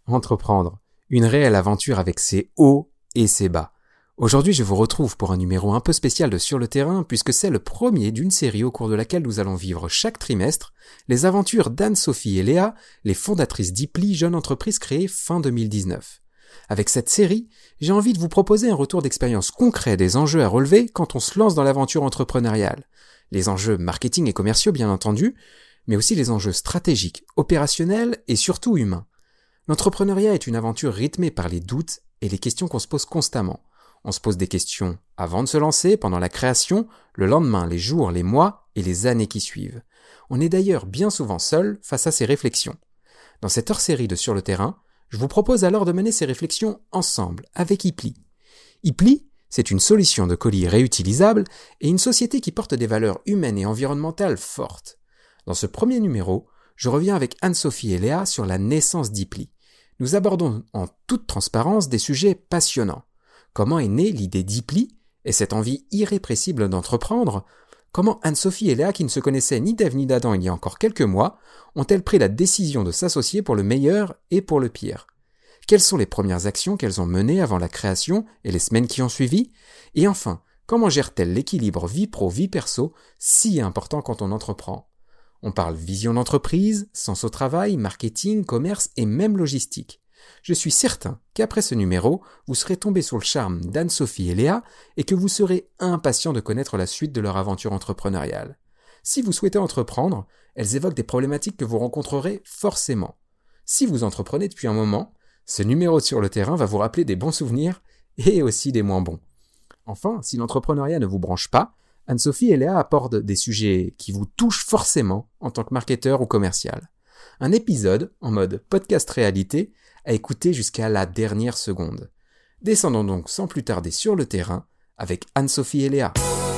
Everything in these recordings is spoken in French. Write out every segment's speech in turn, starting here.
Entreprendre, une réelle aventure avec ses hauts et ses bas. Aujourd'hui, je vous retrouve pour un numéro un peu spécial de Sur le terrain, puisque c'est le premier d'une série au cours de laquelle nous allons vivre chaque trimestre les aventures d'Anne-Sophie et Léa, les fondatrices d'Ipli, jeune entreprise créée fin 2019. Avec cette série, j'ai envie de vous proposer un retour d'expérience concret des enjeux à relever quand on se lance dans l'aventure entrepreneuriale. Les enjeux marketing et commerciaux, bien entendu, mais aussi les enjeux stratégiques, opérationnels et surtout humains. L'entrepreneuriat est une aventure rythmée par les doutes et les questions qu'on se pose constamment. On se pose des questions avant de se lancer, pendant la création, le lendemain, les jours, les mois et les années qui suivent. On est d'ailleurs bien souvent seul face à ces réflexions. Dans cette hors-série de Sur le terrain, je vous propose alors de mener ces réflexions ensemble, avec Ipli. Ipli, c'est une solution de colis réutilisable et une société qui porte des valeurs humaines et environnementales fortes. Dans ce premier numéro, je reviens avec Anne-Sophie et Léa sur la naissance d'Ipli. Nous abordons en toute transparence des sujets passionnants. Comment est née l'idée d'Ipli et cette envie irrépressible d'entreprendre? Comment Anne-Sophie et Léa, qui ne se connaissaient ni d'Ève ni d'Adam il y a encore quelques mois, ont-elles pris la décision de s'associer pour le meilleur et pour le pire? Quelles sont les premières actions qu'elles ont menées avant la création et les semaines qui ont suivi? Et enfin, comment gèrent-elles l'équilibre vie pro-vie perso, si important quand on entreprend? On parle vision d'entreprise, sens au travail, marketing, commerce et même logistique. Je suis certain qu'après ce numéro, vous serez tombé sur le charme d'Anne-Sophie et Léa et que vous serez impatient de connaître la suite de leur aventure entrepreneuriale. Si vous souhaitez entreprendre, elles évoquent des problématiques que vous rencontrerez forcément. Si vous entreprenez depuis un moment, ce numéro Sur le terrain va vous rappeler des bons souvenirs et aussi des moins bons. Enfin, si l'entrepreneuriat ne vous branche pas, Anne-Sophie et Léa abordent des sujets qui vous touchent forcément en tant que marketeur ou commercial. Un épisode en mode podcast réalité à écouter jusqu'à la dernière seconde. Descendons donc sans plus tarder sur le terrain avec Anne-Sophie et Léa.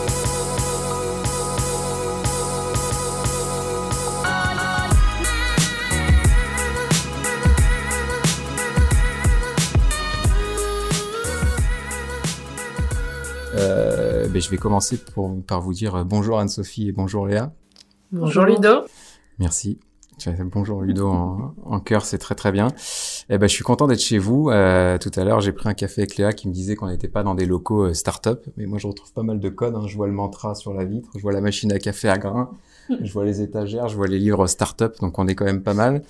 Je vais commencer par vous dire bonjour Anne-Sophie et bonjour Léa. Bonjour Ludo. Merci. Bonjour Ludo en cœur, c'est très très bien. Je suis content d'être chez vous. Tout à l'heure, j'ai pris un café avec Léa qui me disait qu'on n'était pas dans des locaux start-up, mais moi je retrouve pas mal de codes. Je vois le mantra sur la vitre, je vois la machine à café à grains, je vois les étagères, je vois les livres start-up, donc on est quand même pas mal.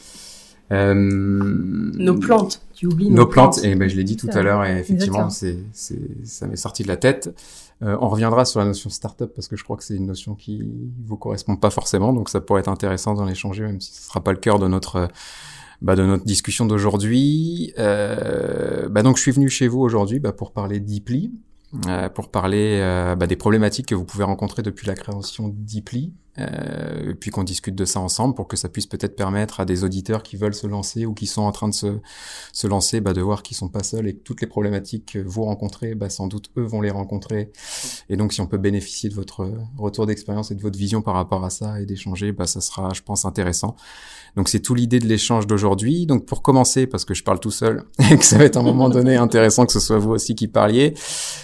Nos plantes, tu oublies nos plantes. Et je l'ai dit tout à l'heure et effectivement, ça m'est sorti de la tête. On reviendra sur la notion start-up parce que je crois que c'est une notion qui vous correspond pas forcément, donc ça pourrait être intéressant d'en échanger, même si ce sera pas le cœur de notre discussion d'aujourd'hui. Donc je suis venu chez vous aujourd'hui pour parler d'Ipli, pour parler des problématiques que vous pouvez rencontrer depuis la création d'Ipli, et puis qu'on discute de ça ensemble pour que ça puisse peut-être permettre à des auditeurs qui veulent se lancer ou qui sont en train de se lancer, de voir qu'ils sont pas seuls et que toutes les problématiques que vous rencontrez, sans doute eux vont les rencontrer. Et donc si on peut bénéficier de votre retour d'expérience et de votre vision par rapport à ça et d'échanger, ça sera, je pense, intéressant. Donc c'est tout l'idée de l'échange d'aujourd'hui. Donc pour commencer, parce que je parle tout seul et que ça va être à un moment donné intéressant que ce soit vous aussi qui parliez,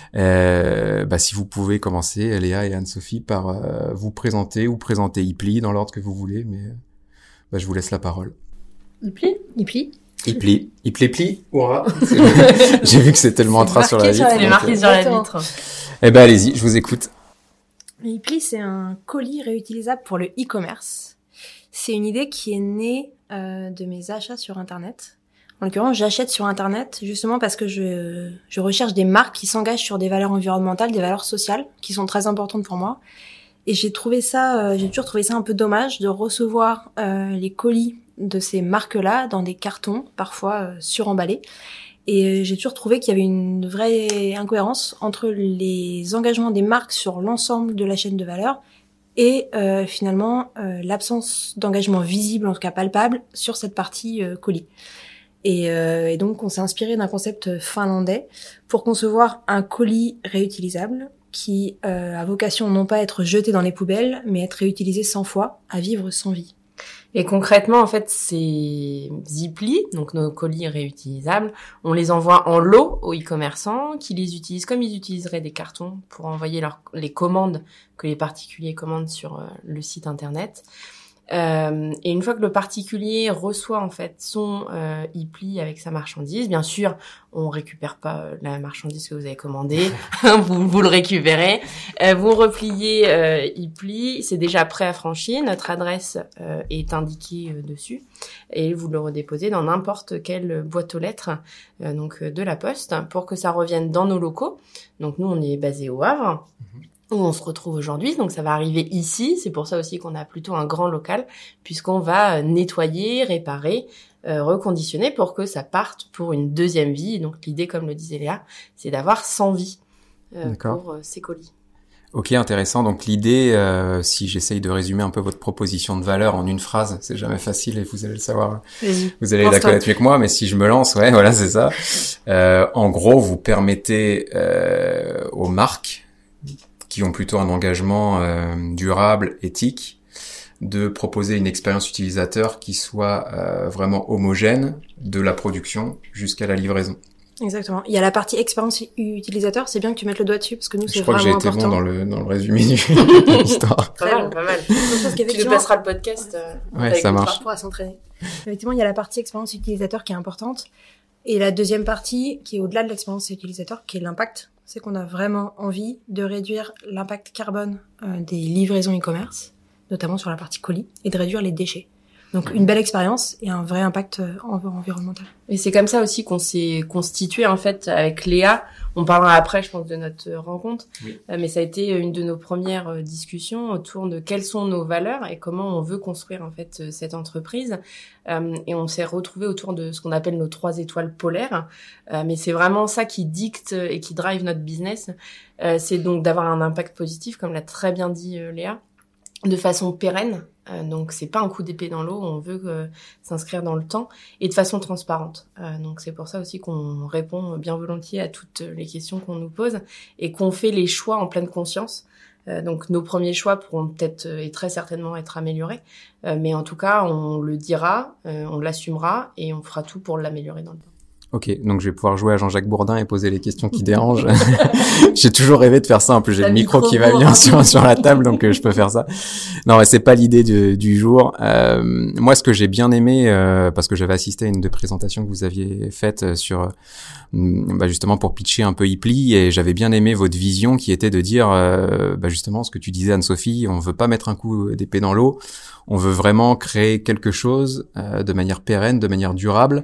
si vous pouvez commencer, Léa et Anne-Sophie, par vous présenter ou présenter Ipli dans l'ordre que vous voulez, mais je vous laisse la parole. Ipli, hurrah. J'ai vu que c'était le mantra sur la vitre. C'est marqué sur la vitre. Allez-y, je vous écoute. Ipli, c'est un colis réutilisable pour le e-commerce. C'est une idée qui est née de mes achats sur Internet. En l'occurrence, j'achète sur Internet justement parce que je recherche des marques qui s'engagent sur des valeurs environnementales, des valeurs sociales, qui sont très importantes pour moi. Et j'ai toujours trouvé ça un peu dommage de recevoir les colis de ces marques-là dans des cartons, parfois suremballés. Et j'ai toujours trouvé qu'il y avait une vraie incohérence entre les engagements des marques sur l'ensemble de la chaîne de valeur et finalement l'absence d'engagement visible, en tout cas palpable, sur cette partie colis. Et donc on s'est inspiré d'un concept finlandais pour concevoir un colis réutilisable qui a vocation non pas à être jeté dans les poubelles, mais être réutilisé 100 fois, à vivre sans vie. Et concrètement, en fait, ces Ipli, donc nos colis réutilisables, on les envoie en lot aux e-commerçants qui les utilisent comme ils utiliseraient des cartons pour envoyer les commandes que les particuliers commandent sur le site internet. Et une fois que le particulier reçoit en fait son e-pli avec sa marchandise, bien sûr, on récupère pas la marchandise que vous avez commandée, vous le récupérez, vous repliez e-pli, c'est déjà préaffranchi, notre adresse est indiquée dessus, et vous le redéposez dans n'importe quelle boîte aux lettres donc de la Poste pour que ça revienne dans nos locaux. Donc nous, on est basé au Havre. Où on se retrouve aujourd'hui, donc ça va arriver ici, c'est pour ça aussi qu'on a plutôt un grand local, puisqu'on va nettoyer, réparer, reconditionner pour que ça parte pour une deuxième vie. Donc l'idée, comme le disait Léa, c'est d'avoir 100 vies pour ces colis. Ok, intéressant. Donc l'idée, si j'essaye de résumer un peu votre proposition de valeur en une phrase, c'est jamais facile et vous allez le savoir. Vous allez la connaître mieux que moi, mais si je me lance, ouais, voilà, c'est ça. En gros, vous permettez aux marques qui ont plutôt un engagement durable, éthique, de proposer une expérience utilisateur qui soit vraiment homogène de la production jusqu'à la livraison. Exactement. Il y a la partie expérience utilisateur, c'est bien que tu mettes le doigt dessus parce que nous c'est vraiment important. Je crois que j'ai été bon dans le résumé de l'histoire. Pas mal. Tu nous passeras le podcast. Ouais, ça marche. Pour s'entraîner. Effectivement, il y a la partie expérience utilisateur qui est importante et la deuxième partie qui est au-delà de l'expérience utilisateur qui est l'impact. C'est qu'on a vraiment envie de réduire l'impact carbone des livraisons e-commerce, notamment sur la partie colis, et de réduire les déchets. Donc une belle expérience et un vrai impact environnemental. Et c'est comme ça aussi qu'on s'est constitué en fait avec Léa. On parlera après, je pense, de notre rencontre. Oui. Mais ça a été une de nos premières discussions autour de quelles sont nos valeurs et comment on veut construire en fait cette entreprise. Et on s'est retrouvés autour de ce qu'on appelle nos 3 étoiles polaires. Mais c'est vraiment ça qui dicte et qui drive notre business. C'est donc d'avoir un impact positif, comme l'a très bien dit Léa, de façon pérenne. Donc c'est pas un coup d'épée dans l'eau, on veut s'inscrire dans le temps et de façon transparente. Donc c'est pour ça aussi qu'on répond bien volontiers à toutes les questions qu'on nous pose et qu'on fait les choix en pleine conscience. Donc nos premiers choix pourront peut-être et très certainement être améliorés, mais en tout cas on le dira, on l'assumera et on fera tout pour l'améliorer dans le temps. Ok, donc je vais pouvoir jouer à Jean-Jacques Bourdin et poser les questions qui dérangent. J'ai toujours rêvé de faire ça. En plus, j'ai le micro qui va bien sur la table, donc je peux faire ça. Non, mais c'est pas l'idée du jour. Moi, ce que j'ai bien aimé, parce que j'avais assisté à une des présentations que vous aviez faites sur, justement pour pitcher un peu e-pli, et j'avais bien aimé votre vision qui était de dire, justement, ce que tu disais Anne-Sophie, on veut pas mettre un coup d'épée dans l'eau. On veut vraiment créer quelque chose de manière pérenne, de manière durable.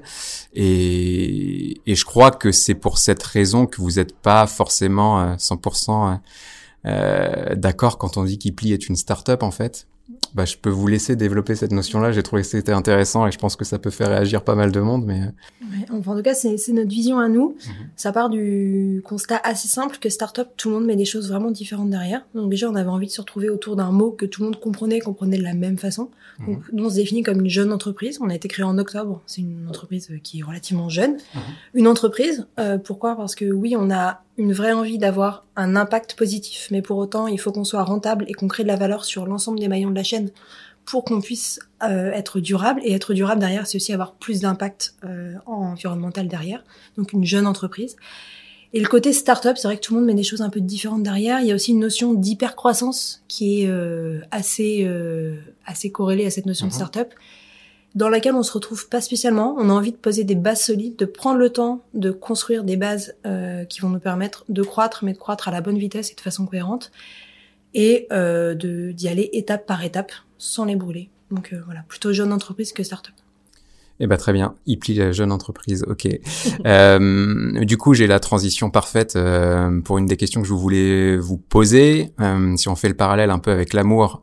Et je crois que c'est pour cette raison que vous n'êtes pas forcément 100% d'accord quand on dit qu'e-pli est une start-up, en fait. Je peux vous laisser développer cette notion-là. J'ai trouvé que c'était intéressant et je pense que ça peut faire réagir pas mal de monde. Mais ouais, enfin, en tout cas, c'est notre vision à nous. Ça part du constat assez simple que start-up, tout le monde met des choses vraiment différentes derrière. Donc déjà, on avait envie de se retrouver autour d'un mot que tout le monde comprenait de la même façon. Donc nous, on se définit comme une jeune entreprise. On a été créé en octobre. C'est une entreprise qui est relativement jeune. Une entreprise, pourquoi ? Parce que oui, on a une vraie envie d'avoir un impact positif, mais pour autant, il faut qu'on soit rentable et qu'on crée de la valeur sur l'ensemble des maillons de la chaîne pour qu'on puisse être durable. Et être durable derrière, c'est aussi avoir plus d'impact environnemental derrière. Donc une jeune entreprise. Et le côté start-up, c'est vrai que tout le monde met des choses un peu différentes derrière. Il y a aussi une notion d'hyper-croissance qui est assez corrélée à cette notion de start-up, dans laquelle on se retrouve pas spécialement. On a envie de poser des bases solides, de prendre le temps de construire des bases qui vont nous permettre de croître, mais de croître à la bonne vitesse et de façon cohérente, et d'y aller étape par étape, sans les brûler. Donc voilà, plutôt jeune entreprise que start-up. Très bien. e-pli, la jeune entreprise. Ok. Du coup, j'ai la transition parfaite pour une des questions que je voulais vous poser. Si on fait le parallèle un peu avec l'amour.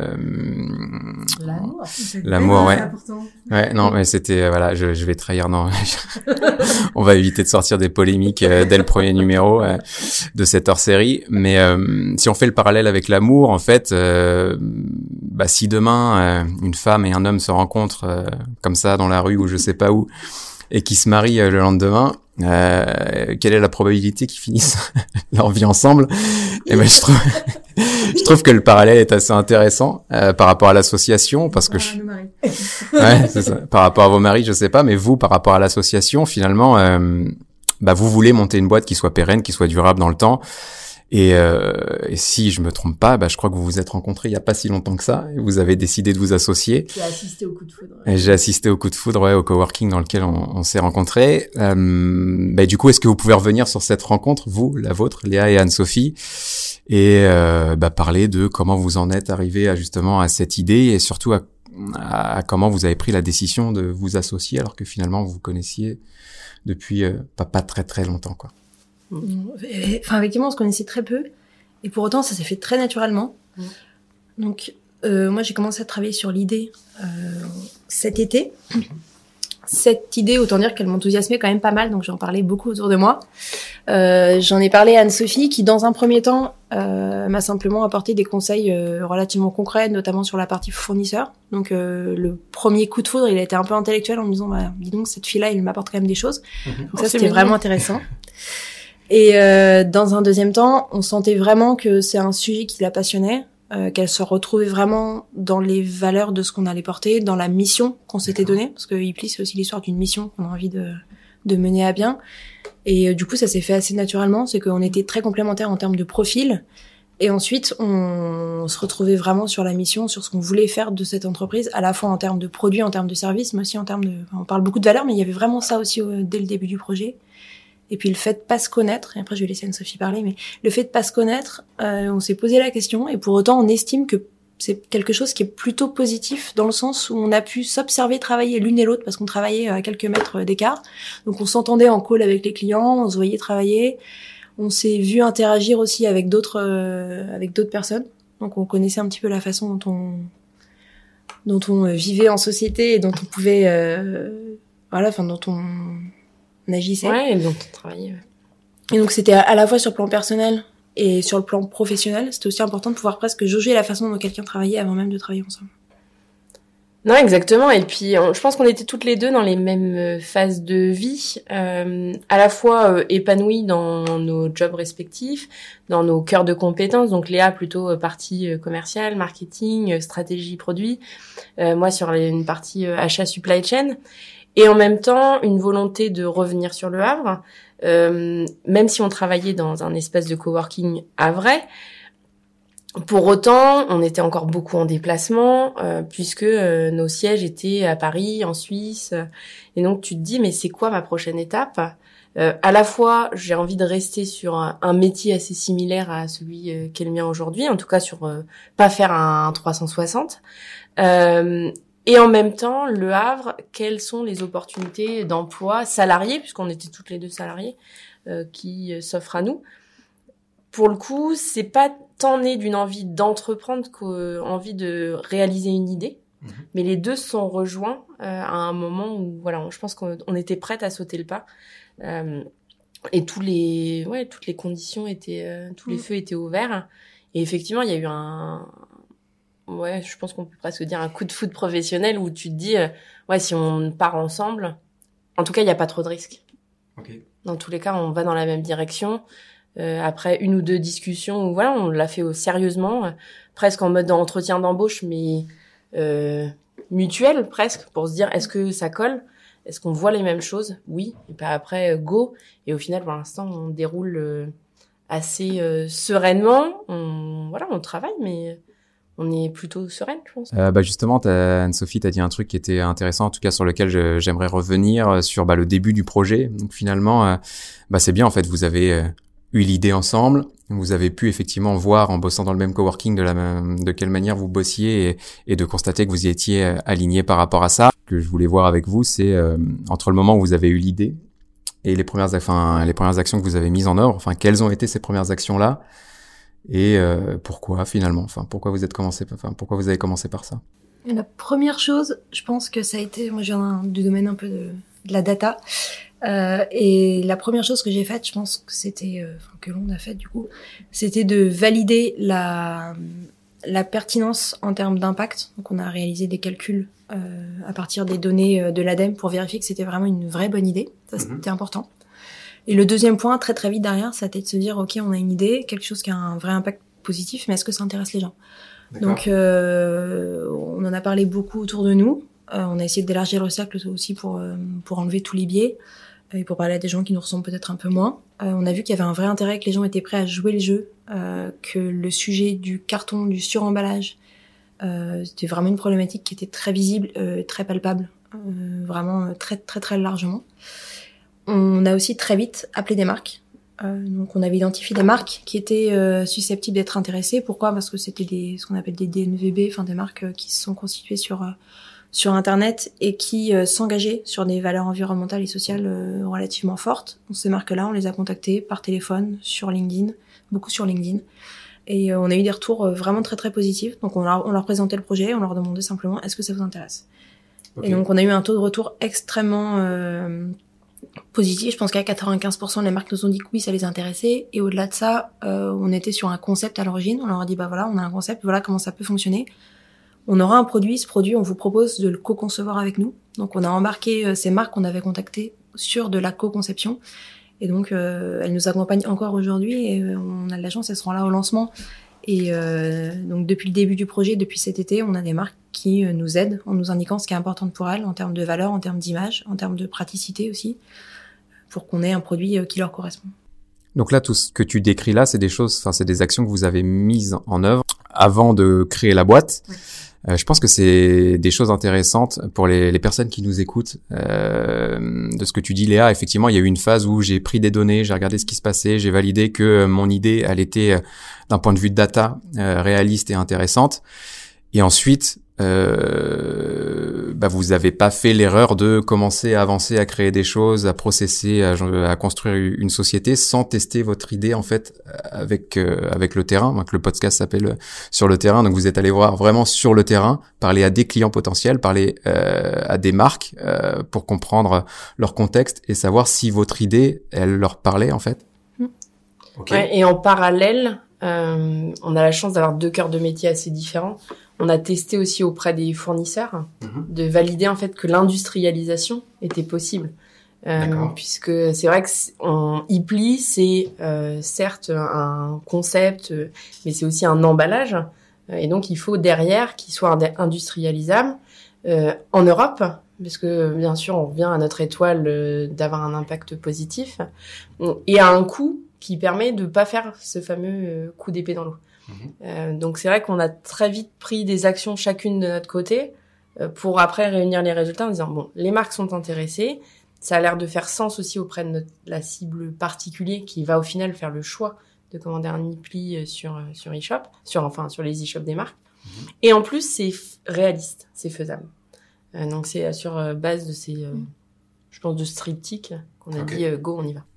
L'amour, ouais. C'est important. Ouais, non, mais c'était, voilà, je vais trahir, non. On va éviter de sortir des polémiques dès le premier numéro de cette hors-série. Mais si on fait le parallèle avec l'amour, en fait, si demain une femme et un homme se rencontrent comme ça dans la rue ou je sais pas où et qui se marient le lendemain, quelle est la probabilité qu'ils finissent leur vie ensemble? Je trouve que le parallèle est assez intéressant par rapport à l'association, parce que ouais, c'est ça. Par rapport à vos maris, je sais pas, mais vous, par rapport à l'association, finalement, vous voulez monter une boîte qui soit pérenne, qui soit durable dans le temps. Et si je me trompe pas, je crois que vous vous êtes rencontrés il y a pas si longtemps que ça, et vous avez décidé de vous associer. Tu as assisté au coup de foudre. Et j'ai assisté au coup de foudre, au coworking dans lequel on s'est rencontrés. Du coup, est-ce que vous pouvez revenir sur cette rencontre, vous, la vôtre, Léa et Anne-Sophie, et parler de comment vous en êtes arrivés justement à cette idée, et surtout à comment vous avez pris la décision de vous associer alors que finalement vous vous connaissiez depuis pas très très longtemps, quoi. Enfin, effectivement, on se connaissait très peu, et pour autant, ça s'est fait très naturellement. Donc, moi, j'ai commencé à travailler sur l'idée cet été. Cette idée, autant dire qu'elle m'enthousiasmait quand même pas mal, donc j'en parlais beaucoup autour de moi. J'en ai parlé à Anne-Sophie, qui, dans un premier temps, m'a simplement apporté des conseils relativement concrets, notamment sur la partie fournisseur. Donc, le premier coup de foudre, il a été un peu intellectuel en me disant, dis donc, cette fille-là, elle m'apporte quand même des choses. Donc ça, c'était vraiment intéressant. Et dans un deuxième temps, on sentait vraiment que c'est un sujet qui la passionnait, qu'elle se retrouvait vraiment dans les valeurs de ce qu'on allait porter, dans la mission qu'on s'était donnée, parce que Ipli, c'est aussi l'histoire d'une mission qu'on a envie de mener à bien. Et du coup, ça s'est fait assez naturellement, c'est qu'on était très complémentaires en termes de profil. Et ensuite, on se retrouvait vraiment sur la mission, sur ce qu'on voulait faire de cette entreprise, à la fois en termes de produits, en termes de services, mais aussi en termes de... On parle beaucoup de valeurs, mais il y avait vraiment ça aussi dès le début du projet. Et puis le fait de pas se connaître, et après je vais laisser Anne-Sophie parler, mais le fait de pas se connaître, on s'est posé la question, et pour autant on estime que c'est quelque chose qui est plutôt positif, dans le sens où on a pu s'observer travailler l'une et l'autre, parce qu'on travaillait à quelques mètres d'écart, donc on s'entendait en call avec les clients, on se voyait travailler, on s'est vu interagir aussi avec d'autres personnes, donc on connaissait un petit peu la façon dont on vivait en société, et dont on pouvait, dont on agissait. Ouais, et donc on travaillait. Et donc c'était à la fois sur le plan personnel et sur le plan professionnel, c'était aussi important de pouvoir presque jauger la façon dont quelqu'un travaillait avant même de travailler ensemble. Non, exactement. Et puis, je pense qu'on était toutes les deux dans les mêmes phases de vie, à la fois épanouies dans nos jobs respectifs, dans nos cœurs de compétences. Donc Léa plutôt partie commerciale, marketing, stratégie produit. Moi sur une partie achat supply chain. Et en même temps, une volonté de revenir sur Le Havre, même si on travaillait dans un espace de coworking havrais. Pour autant, on était encore beaucoup en déplacement, puisque nos sièges étaient à Paris, en Suisse. Et donc, tu te dis, mais c'est quoi ma prochaine étape ? À la fois, j'ai envie de rester sur un métier assez similaire à celui qu'est le mien aujourd'hui, en tout cas sur pas faire un 360. Et en même temps, Le Havre, quelles sont les opportunités d'emploi salariés, puisqu'on était toutes les deux salariés, qui s'offrent à nous. Pour le coup, c'est pas tant né d'une envie d'entreprendre qu'envie de réaliser une idée, mais les deux se sont rejoints à un moment où, je pense qu'on était prêtes à sauter le pas. Et toutes les conditions étaient, tous les feux étaient ouverts. Et effectivement, il y a eu je pense qu'on peut presque dire un coup de foudre professionnel où tu te dis, si on part ensemble, en tout cas, il n'y a pas trop de risques. Okay. Dans tous les cas, on va dans la même direction. Après une ou deux discussions, on l'a fait sérieusement, presque en mode entretien d'embauche, mais mutuel presque, pour se dire, est-ce que ça colle ? Est-ce qu'on voit les mêmes choses ? Oui. Et puis après, go. Et au final, pour l'instant, on déroule assez sereinement. On travaille, mais... on est plutôt sereine, je pense. Justement, Anne-Sophie, t'as dit un truc qui était intéressant, en tout cas sur lequel j'aimerais revenir, sur le début du projet. Donc finalement, c'est bien en fait, vous avez eu l'idée ensemble, vous avez pu effectivement voir en bossant dans le même coworking de quelle manière vous bossiez et de constater que vous y étiez alignés par rapport à ça. Ce que je voulais voir avec vous, c'est entre le moment où vous avez eu l'idée et les premières actions que vous avez mises en œuvre, quelles ont été ces premières actions-là? Et pourquoi finalement, pourquoi vous avez commencé par ça? La première chose, je pense que ça a été, moi je viens du domaine un peu de la data, et la première chose que j'ai faite, je pense que c'était, que l'on a fait du coup, c'était de valider la pertinence en termes d'impact. Donc on a réalisé des calculs à partir des données de l'ADEME pour vérifier que c'était vraiment une vraie bonne idée. Ça c'était important. Et le deuxième point, très très vite derrière, ça a été de se dire, ok, on a une idée, quelque chose qui a un vrai impact positif, mais est-ce que ça intéresse les gens ? D'accord. Donc, on en a parlé beaucoup autour de nous. On a essayé d'élargir le cercle aussi pour enlever tous les biais. et pour parler à des gens qui nous ressemblent peut-être un peu moins. On a vu qu'il y avait un vrai intérêt, que les gens étaient prêts à jouer le jeu, que le sujet du carton, du suremballage, c'était vraiment une problématique qui était très visible, très palpable, vraiment très très très largement. On a aussi très vite appelé des marques. Donc on avait identifié des marques qui étaient susceptibles d'être intéressées. Pourquoi ? Parce que c'était ce qu'on appelle des DNVB, enfin des marques qui se sont constituées sur Internet et qui s'engageaient sur des valeurs environnementales et sociales relativement fortes. Donc, ces marques-là, on les a contactées par téléphone, sur LinkedIn, beaucoup sur LinkedIn. Et on a eu des retours vraiment très très positifs. Donc on leur présentait le projet, on leur demandait simplement est-ce que ça vous intéresse. Okay. Et donc on a eu un taux de retour extrêmement positif. Je pense qu'à 95% les marques nous ont dit que oui, ça les intéressait. Et au-delà de ça, on était sur un concept à l'origine. On leur a dit bah voilà, on a un concept, voilà comment ça peut fonctionner. On aura un produit, ce produit, on vous propose de le co-concevoir avec nous. Donc on a embarqué ces marques qu'on avait contactées sur de la co-conception. Et donc elles nous accompagnent encore aujourd'hui et on a de la chance, elles seront là au lancement. Et donc depuis le début du projet, depuis cet été, on a des marques qui nous aident en nous indiquant ce qui est important pour elles en termes de valeur, en termes d'image, en termes de praticité aussi, pour qu'on ait un produit qui leur correspond. Donc là, tout ce que tu décris là, c'est des choses, enfin c'est des actions que vous avez mises en œuvre avant de créer la boîte. Oui. Je pense que c'est des choses intéressantes pour les personnes qui nous écoutent. De ce que tu dis, Léa, effectivement, il y a eu une phase où j'ai pris des données, j'ai regardé ce qui se passait, j'ai validé que mon idée, elle était, d'un point de vue de data, réaliste et intéressante. Et ensuite, vous avez pas fait l'erreur de commencer à avancer, à créer des choses, à processer, à construire une société sans tester votre idée en fait avec le terrain. Donc le podcast s'appelle Sur le terrain. Donc vous êtes allé voir vraiment sur le terrain, parler à des clients potentiels, parler à des marques pour comprendre leur contexte et savoir si votre idée elle leur parlait en fait. Okay. Ouais, et en parallèle, on a la chance d'avoir deux cœurs de métier assez différents. On a testé aussi auprès des fournisseurs de valider en fait que l'industrialisation était possible. Puisque c'est vrai que Ipli, c'est certes un concept, mais c'est aussi un emballage. Et donc, il faut derrière qu'il soit industrialisable en Europe, parce que bien sûr, on revient à notre étoile d'avoir un impact positif, et à un coût qui permet de pas faire ce fameux coup d'épée dans l'eau. Donc c'est vrai qu'on a très vite pris des actions chacune de notre côté pour après réunir les résultats en disant bon, les marques sont intéressées, ça a l'air de faire sens aussi auprès de la cible particulière qui va au final faire le choix de commander un e-pli sur e-shop, sur les e-shops des marques. Et en plus c'est réaliste, c'est faisable. Donc c'est sur base de ces je pense de ce triptyque qu'on a dit go, on y va.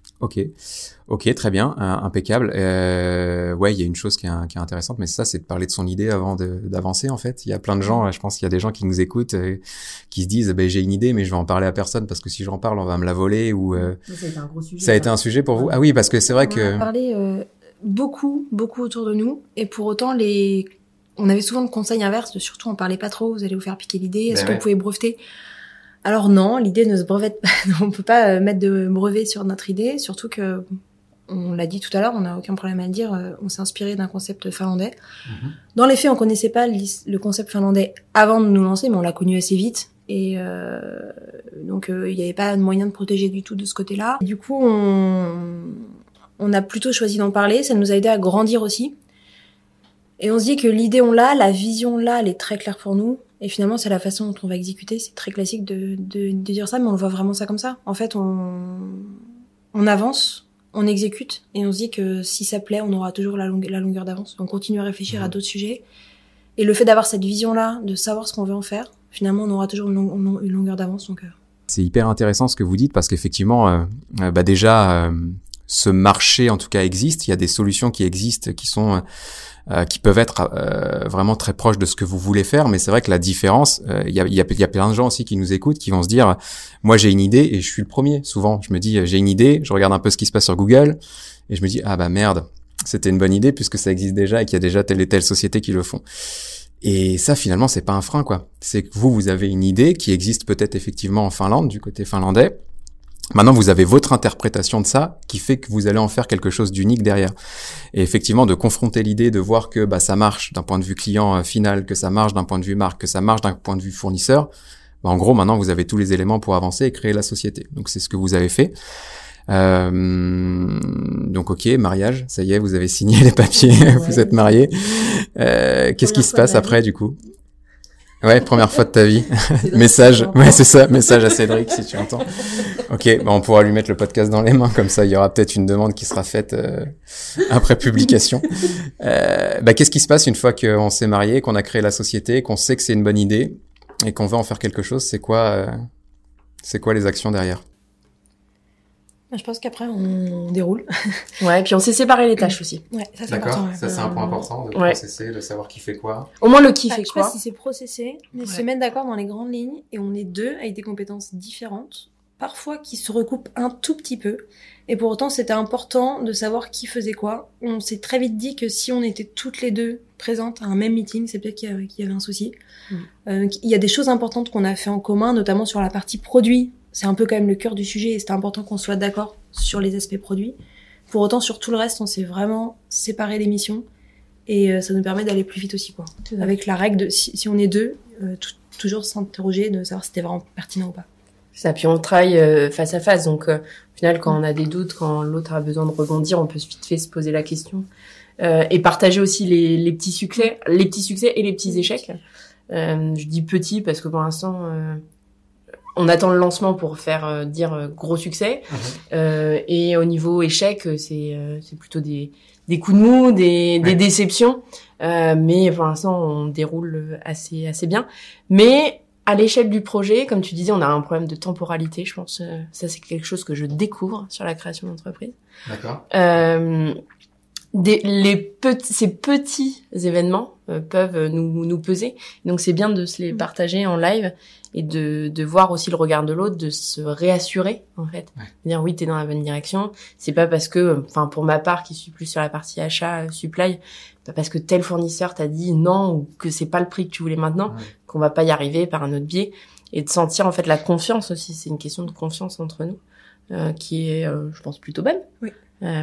Ok, très bien, impeccable. Ouais, il y a une chose qui est intéressante, mais c'est de parler de son idée avant d'avancer en fait. Il y a plein de gens, je pense qu'il y a des gens qui nous écoutent, qui se disent j'ai une idée, mais je vais en parler à personne parce que si j'en parle, on va me la voler ou. Ça a été un gros sujet. Ça a été un sujet pour vous ? Ah oui, parce que c'est vrai que. On a parlé beaucoup autour de nous, et pour autant on avait souvent le conseil inverse de surtout en parlez pas trop, vous allez vous faire piquer l'idée. Est-ce que vous pouvez breveter ? Alors non, l'idée ne se brevette pas. On peut pas mettre de brevet sur notre idée, surtout que, on l'a dit tout à l'heure, on n'a aucun problème à le dire, on s'est inspiré d'un concept finlandais. Dans les faits, on connaissait pas le concept finlandais avant de nous lancer, mais on l'a connu assez vite. Et donc, il n'y avait pas de moyen de protéger du tout de ce côté-là. Et du coup, on a plutôt choisi d'en parler. Ça nous a aidé à grandir aussi. Et on se dit que l'idée, on l'a, la vision, là, elle est très claire pour nous. Et finalement, c'est la façon dont on va exécuter. C'est très classique de dire ça, mais on le voit vraiment ça comme ça. En fait, on avance, on exécute, et on se dit que si ça plaît, on aura toujours la longueur d'avance. On continue à réfléchir à d'autres sujets. Et le fait d'avoir cette vision-là, de savoir ce qu'on veut en faire, finalement, on aura toujours une longueur d'avance. Donc, C'est hyper intéressant ce que vous dites, parce qu'effectivement, déjà, ce marché, en tout cas, existe. Il y a des solutions qui existent, qui peuvent être vraiment très proches de ce que vous voulez faire, mais c'est vrai que la différence, il y a plein de gens aussi qui nous écoutent, qui vont se dire, moi j'ai une idée, et je suis le premier, souvent, je me dis, j'ai une idée, je regarde un peu ce qui se passe sur Google, et je me dis, ah bah merde, c'était une bonne idée, puisque ça existe déjà, et qu'il y a déjà telle et telle société qui le font. Et ça, finalement, c'est pas un frein, quoi. C'est que vous avez une idée qui existe peut-être effectivement en Finlande, du côté finlandais. Maintenant, vous avez votre interprétation de ça qui fait que vous allez en faire quelque chose d'unique derrière. Et effectivement, de confronter l'idée, de voir que ça marche d'un point de vue client final, que ça marche d'un point de vue marque, que ça marche d'un point de vue fournisseur, en gros, maintenant, vous avez tous les éléments pour avancer et créer la société. Donc, c'est ce que vous avez fait. Donc, ok, mariage, ça y est, vous avez signé les papiers, vous êtes mariés. Qu'est-ce qui se passe après, du coup? Ouais, première fois de ta vie. Message, ouais, c'est ça, message à Cédric, si tu entends. Ok, on pourra lui mettre le podcast dans les mains, comme ça, il y aura peut-être une demande qui sera faite après publication. Qu'est-ce qui se passe une fois qu'on s'est marié, qu'on a créé la société, qu'on sait que c'est une bonne idée et qu'on veut en faire quelque chose? C'est quoi les actions derrière? Je pense qu'après, on déroule. Ouais, et puis on sait séparer les tâches aussi. Ouais, ça c'est D'accord, important. Ouais. ça c'est un point important, de processer, de savoir qui fait quoi. Au moins le qui fait Je quoi. sais pas si c'est processé, mais se mettre d'accord dans les grandes lignes, et on est deux avec des compétences différentes, parfois qui se recoupent un tout petit peu, et pour autant c'était important de savoir qui faisait quoi. On s'est très vite dit que si on était toutes les deux présentes à un même meeting, c'est peut-être qu'il y avait un souci. Il y a des choses importantes qu'on a fait en commun, notamment sur la partie produit. C'est un peu quand même le cœur du sujet et c'était important qu'on soit d'accord sur les aspects produits. Pour autant, sur tout le reste, on s'est vraiment séparé les missions et ça nous permet d'aller plus vite aussi, quoi. Avec la règle de si on est deux, toujours s'interroger de savoir si c'était vraiment pertinent ou pas. Ça, puis on travaille face à face, donc au final, quand on a des doutes, quand l'autre a besoin de rebondir, on peut vite fait se poser la question et partager aussi les petits succès et les petits échecs. Je dis petits parce que pour l'instant. On attend le lancement pour faire dire gros succès. Et au niveau échec, c'est plutôt des coups de mou, des déceptions. Mais pour l'instant, on déroule assez bien. Mais à l'échelle du projet, comme tu disais, on a un problème de temporalité, je pense. Ça, c'est quelque chose que je découvre sur la création d'entreprise. D'accord. Ces petits événements peuvent nous peser. Donc c'est bien de se les partager en live et de voir aussi le regard de l'autre, de se réassurer en fait. Ouais. Dire oui, t'es dans la bonne direction. C'est pas parce que, enfin pour ma part qui suis plus sur la partie achat, supply, pas parce que tel fournisseur t'a dit non ou que c'est pas le prix que tu voulais maintenant qu'on va pas y arriver par un autre biais. Et de sentir en fait la confiance aussi. C'est une question de confiance entre nous qui est, je pense, plutôt bonne. Oui.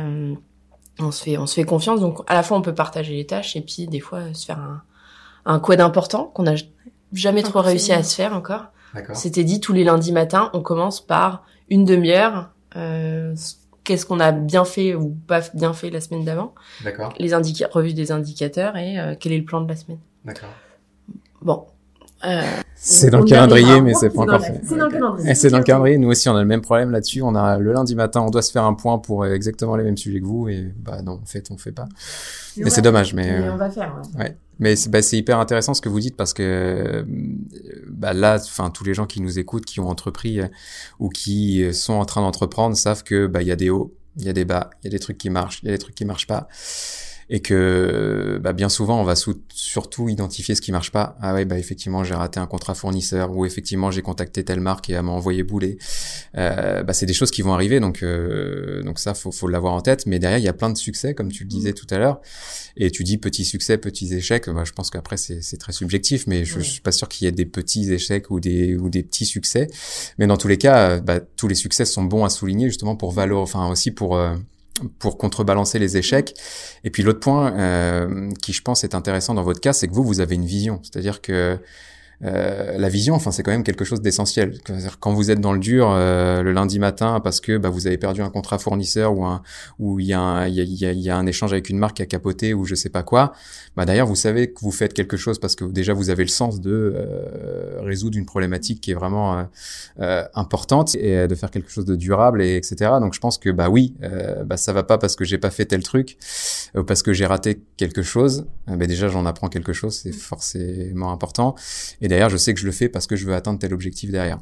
On se fait confiance, donc à la fois on peut partager les tâches et puis des fois se faire un quad important qu'on n'a jamais trop réussi à se faire encore. D'accord. C'était dit tous les lundis matins, on commence par une demi-heure. Qu'est-ce qu'on a bien fait ou pas bien fait la semaine d'avant. D'accord. Revue des indicateurs et quel est le plan de la semaine. D'accord. Bon. C'est dans le calendrier, mais c'est pas encore fait. C'est dans le calendrier. C'est dans le calendrier. Nous aussi, on a le même problème là-dessus. On a le lundi matin, on doit se faire un point pour exactement les mêmes sujets que vous, et non, en fait, on fait pas. Mais c'est dommage, mais on va faire. Ouais. Mais c'est hyper intéressant ce que vous dites parce que là, enfin, tous les gens qui nous écoutent, qui ont entrepris ou qui sont en train d'entreprendre, savent que il y a des hauts, il y a des bas, il y a des trucs qui marchent, il y a des trucs qui marchent pas. Et que bien souvent on va surtout identifier ce qui marche pas. Ah ouais, effectivement j'ai raté un contrat fournisseur, ou effectivement j'ai contacté telle marque et elle m'a envoyé bouler. C'est des choses qui vont arriver, donc ça faut l'avoir en tête. Mais derrière il y a plein de succès, comme tu le disais tout à l'heure, et tu dis petits succès, petits échecs. Je pense qu'après c'est très subjectif, mais je suis pas sûr qu'il y ait des petits échecs ou des petits succès. Mais dans tous les cas, tous les succès sont bons à souligner justement pour aussi pour contrebalancer les échecs. Et puis l'autre point qui je pense est intéressant dans votre cas, c'est que vous avez une vision. C'est-à-dire que la vision, c'est quand même quelque chose d'essentiel. Quand vous êtes dans le dur le lundi matin parce que vous avez perdu un contrat fournisseur ou il y a un échange avec une marque qui a capoté ou je sais pas quoi, d'ailleurs vous savez que vous faites quelque chose parce que déjà vous avez le sens de résoudre une problématique qui est vraiment importante et de faire quelque chose de durable et etc. Donc je pense que ça va pas parce que j'ai pas fait tel truc ou parce que j'ai raté quelque chose. Déjà j'en apprends quelque chose, c'est forcément important. Et derrière, je sais que je le fais parce que je veux atteindre tel objectif derrière.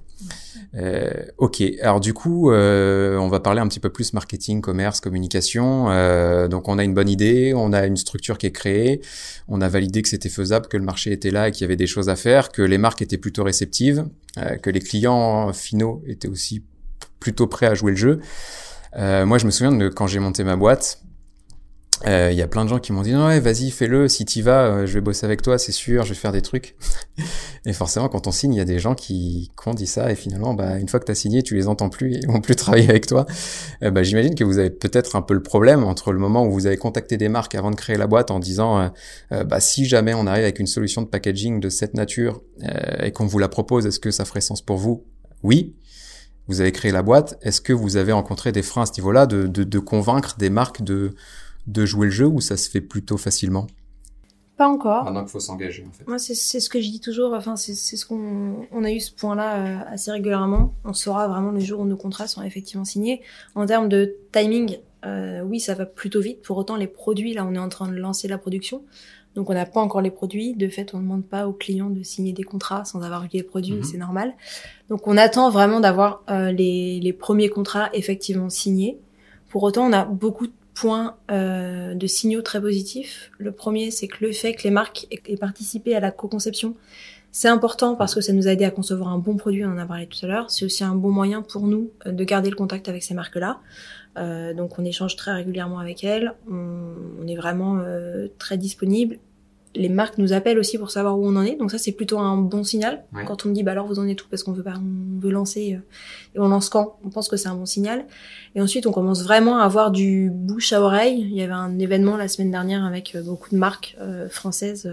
Ok. Alors du coup, on va parler un petit peu plus marketing, commerce, communication. Donc on a une bonne idée, on a une structure qui est créée, on a validé que c'était faisable, que le marché était là et qu'il y avait des choses à faire, que les marques étaient plutôt réceptives, que les clients finaux étaient aussi plutôt prêts à jouer le jeu. Moi, je me souviens de quand j'ai monté ma boîte. y a plein de gens qui m'ont dit non, ouais, vas-y, fais-le, si t'y vas, je vais bosser avec toi, c'est sûr, je vais faire des trucs. Et forcément, quand on signe, il y a des gens qui ont dit ça, et finalement, une fois que t'as signé, tu les entends plus, et ils vont plus travailler avec toi. J'imagine que vous avez peut-être un peu le problème entre le moment où vous avez contacté des marques avant de créer la boîte en disant, si jamais on arrive avec une solution de packaging de cette nature, et qu'on vous la propose, est-ce que ça ferait sens pour vous? Oui. Vous avez créé la boîte. Est-ce que vous avez rencontré des freins à ce niveau-là de convaincre des marques de jouer le jeu, ou ça se fait plutôt facilement? Pas encore. Maintenant qu'il faut s'engager, en fait. Moi, c'est ce que je dis toujours. Enfin, c'est ce on a eu ce point-là assez régulièrement. On saura vraiment le jour où nos contrats seront effectivement signés. En termes de timing, oui, ça va plutôt vite. Pour autant, les produits, là, on est en train de lancer la production. Donc, on n'a pas encore les produits. De fait, on ne demande pas aux clients de signer des contrats sans avoir eu les produits. C'est normal. Donc, on attend vraiment d'avoir les premiers contrats effectivement signés. Pour autant, on a beaucoup de points de signaux très positifs. Le premier, c'est que le fait que les marques aient participé à la co-conception, c'est important parce que ça nous a aidé à concevoir un bon produit, on en a parlé tout à l'heure. C'est aussi un bon moyen pour nous de garder le contact avec ces marques-là. Donc on échange très régulièrement avec elles, on est vraiment très disponible. Les marques nous appellent aussi pour savoir où on en est, donc ça c'est plutôt un bon signal. Ouais. Quand on me dit alors vous en êtes où parce qu'on veut lancer et on lance quand, on pense que c'est un bon signal. Et ensuite on commence vraiment à avoir du bouche à oreille. Il y avait un événement la semaine dernière avec beaucoup de marques françaises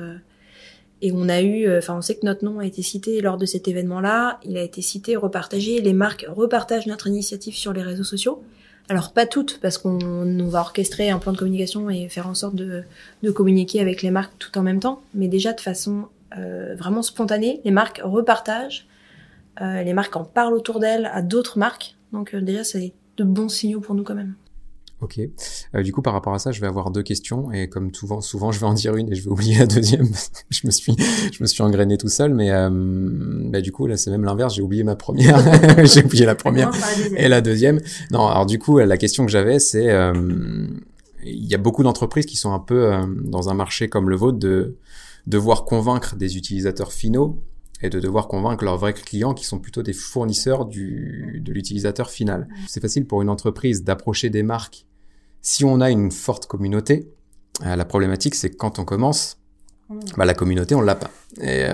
et on a eu, on sait que notre nom a été cité lors de cet événement-là. Il a été cité, repartagé. Les marques repartagent notre initiative sur les réseaux sociaux. Alors pas toutes, parce qu'on va orchestrer un plan de communication et faire en sorte de communiquer avec les marques tout en même temps, mais déjà de façon vraiment spontanée, les marques repartagent, les marques en parlent autour d'elles à d'autres marques, donc déjà c'est de bons signaux pour nous quand même. Ok. Du coup, par rapport à ça, je vais avoir deux questions et comme souvent, je vais en dire une et je vais oublier la deuxième. je me suis engrainé tout seul, mais du coup, là, c'est même l'inverse. J'ai oublié ma première. J'ai oublié la première et la deuxième. Non, alors du coup, la question que j'avais, c'est il y a beaucoup d'entreprises qui sont un peu dans un marché comme le vôtre de devoir convaincre des utilisateurs finaux et de devoir convaincre leurs vrais clients qui sont plutôt des fournisseurs de l'utilisateur final. C'est facile pour une entreprise d'approcher des marques si on a une forte communauté. La problématique, c'est que quand on commence, la communauté, on l'a pas. Et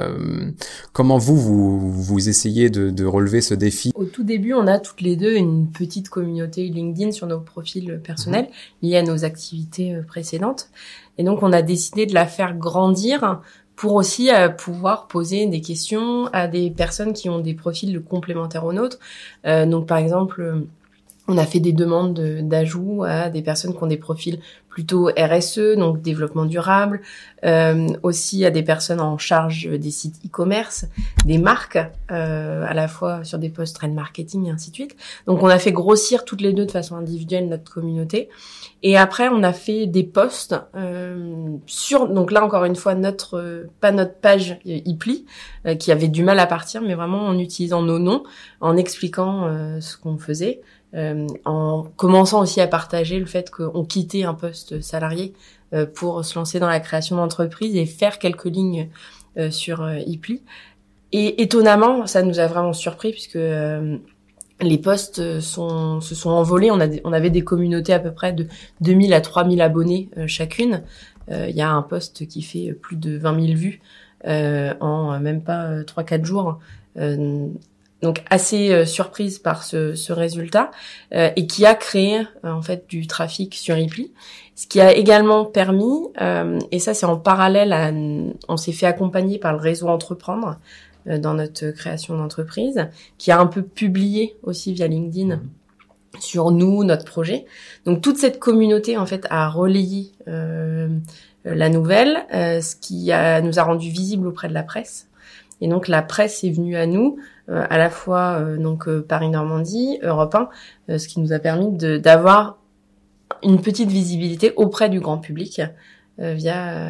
comment vous essayez de relever ce défi? Au tout début, on a toutes les deux une petite communauté LinkedIn sur nos profils personnels liés à nos activités précédentes. Et donc, on a décidé de la faire grandir pour aussi pouvoir poser des questions à des personnes qui ont des profils complémentaires aux nôtres. Donc, par exemple, on a fait des demandes d'ajout à des personnes qui ont des profils plutôt RSE, donc développement durable, aussi à des personnes en charge des sites e-commerce, des marques, à la fois sur des postes trade marketing et ainsi de suite. Donc on a fait grossir toutes les deux de façon individuelle notre communauté. Et après on a fait des posts sur, donc là encore une fois pas notre page Ipli qui avait du mal à partir, mais vraiment en utilisant nos noms, en expliquant ce qu'on faisait. En commençant aussi à partager le fait qu'on quittait un poste salarié pour se lancer dans la création d'entreprise et faire quelques lignes sur Ipli. Et étonnamment, ça nous a vraiment surpris puisque les posts se sont envolés. On avait des communautés à peu près de 2000 à 3000 abonnés chacune. Il y a un post qui fait plus de 20 000 vues en même pas 3-4 jours. Donc assez surprise par ce résultat et qui a créé en fait du trafic sur Ipli. Ce qui a également permis, et ça c'est en parallèle, on s'est fait accompagner par le réseau Entreprendre dans notre création d'entreprise, qui a un peu publié aussi via LinkedIn sur nous, notre projet. Donc toute cette communauté en fait a relayé la nouvelle, ce qui nous a rendu visible auprès de la presse. Et donc la presse est venue à nous, à la fois Paris Normandie, Europe 1, ce qui nous a permis d'avoir une petite visibilité auprès du grand public via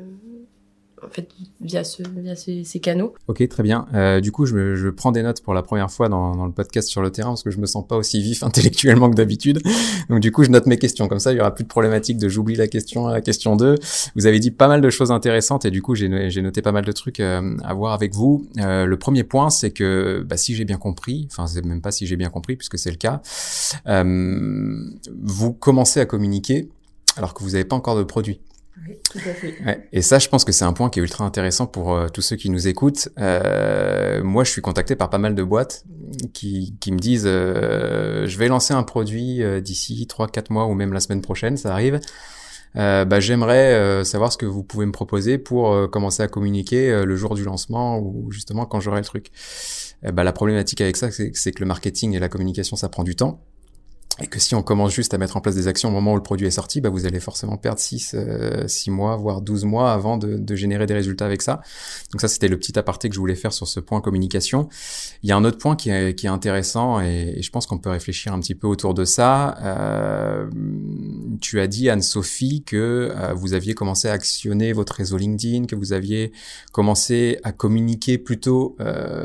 ces canaux. Ok, très bien. Du coup, je prends des notes pour la première fois dans le podcast sur le terrain parce que je me sens pas aussi vif intellectuellement que d'habitude. Donc du coup, je note mes questions. Comme ça, il y aura plus de problématique de j'oublie la question 2. Vous avez dit pas mal de choses intéressantes et du coup, j'ai noté pas mal de trucs à voir avec vous. Le premier point, c'est que si j'ai bien compris, enfin c'est même pas si j'ai bien compris puisque c'est le cas, vous commencez à communiquer alors que vous n'avez pas encore de produit. Oui, tout à fait. Ouais. Et ça, je pense que c'est un point qui est ultra intéressant pour tous ceux qui nous écoutent. Moi, je suis contacté par pas mal de boîtes qui me disent je vais lancer un produit d'ici 3-4 mois ou même la semaine prochaine, ça arrive. J'aimerais savoir ce que vous pouvez me proposer pour commencer à communiquer le jour du lancement ou justement quand j'aurai le truc. La problématique avec ça, c'est que le marketing et la communication, ça prend du temps. Et que si on commence juste à mettre en place des actions au moment où le produit est sorti, vous allez forcément perdre 6 mois, voire 12 mois avant de générer des résultats avec ça. Donc ça, c'était le petit aparté que je voulais faire sur ce point communication. Il y a un autre point qui est intéressant et je pense qu'on peut réfléchir un petit peu autour de ça. Tu as dit, Anne-Sophie, que vous aviez commencé à actionner votre réseau LinkedIn, que vous aviez commencé à communiquer plutôt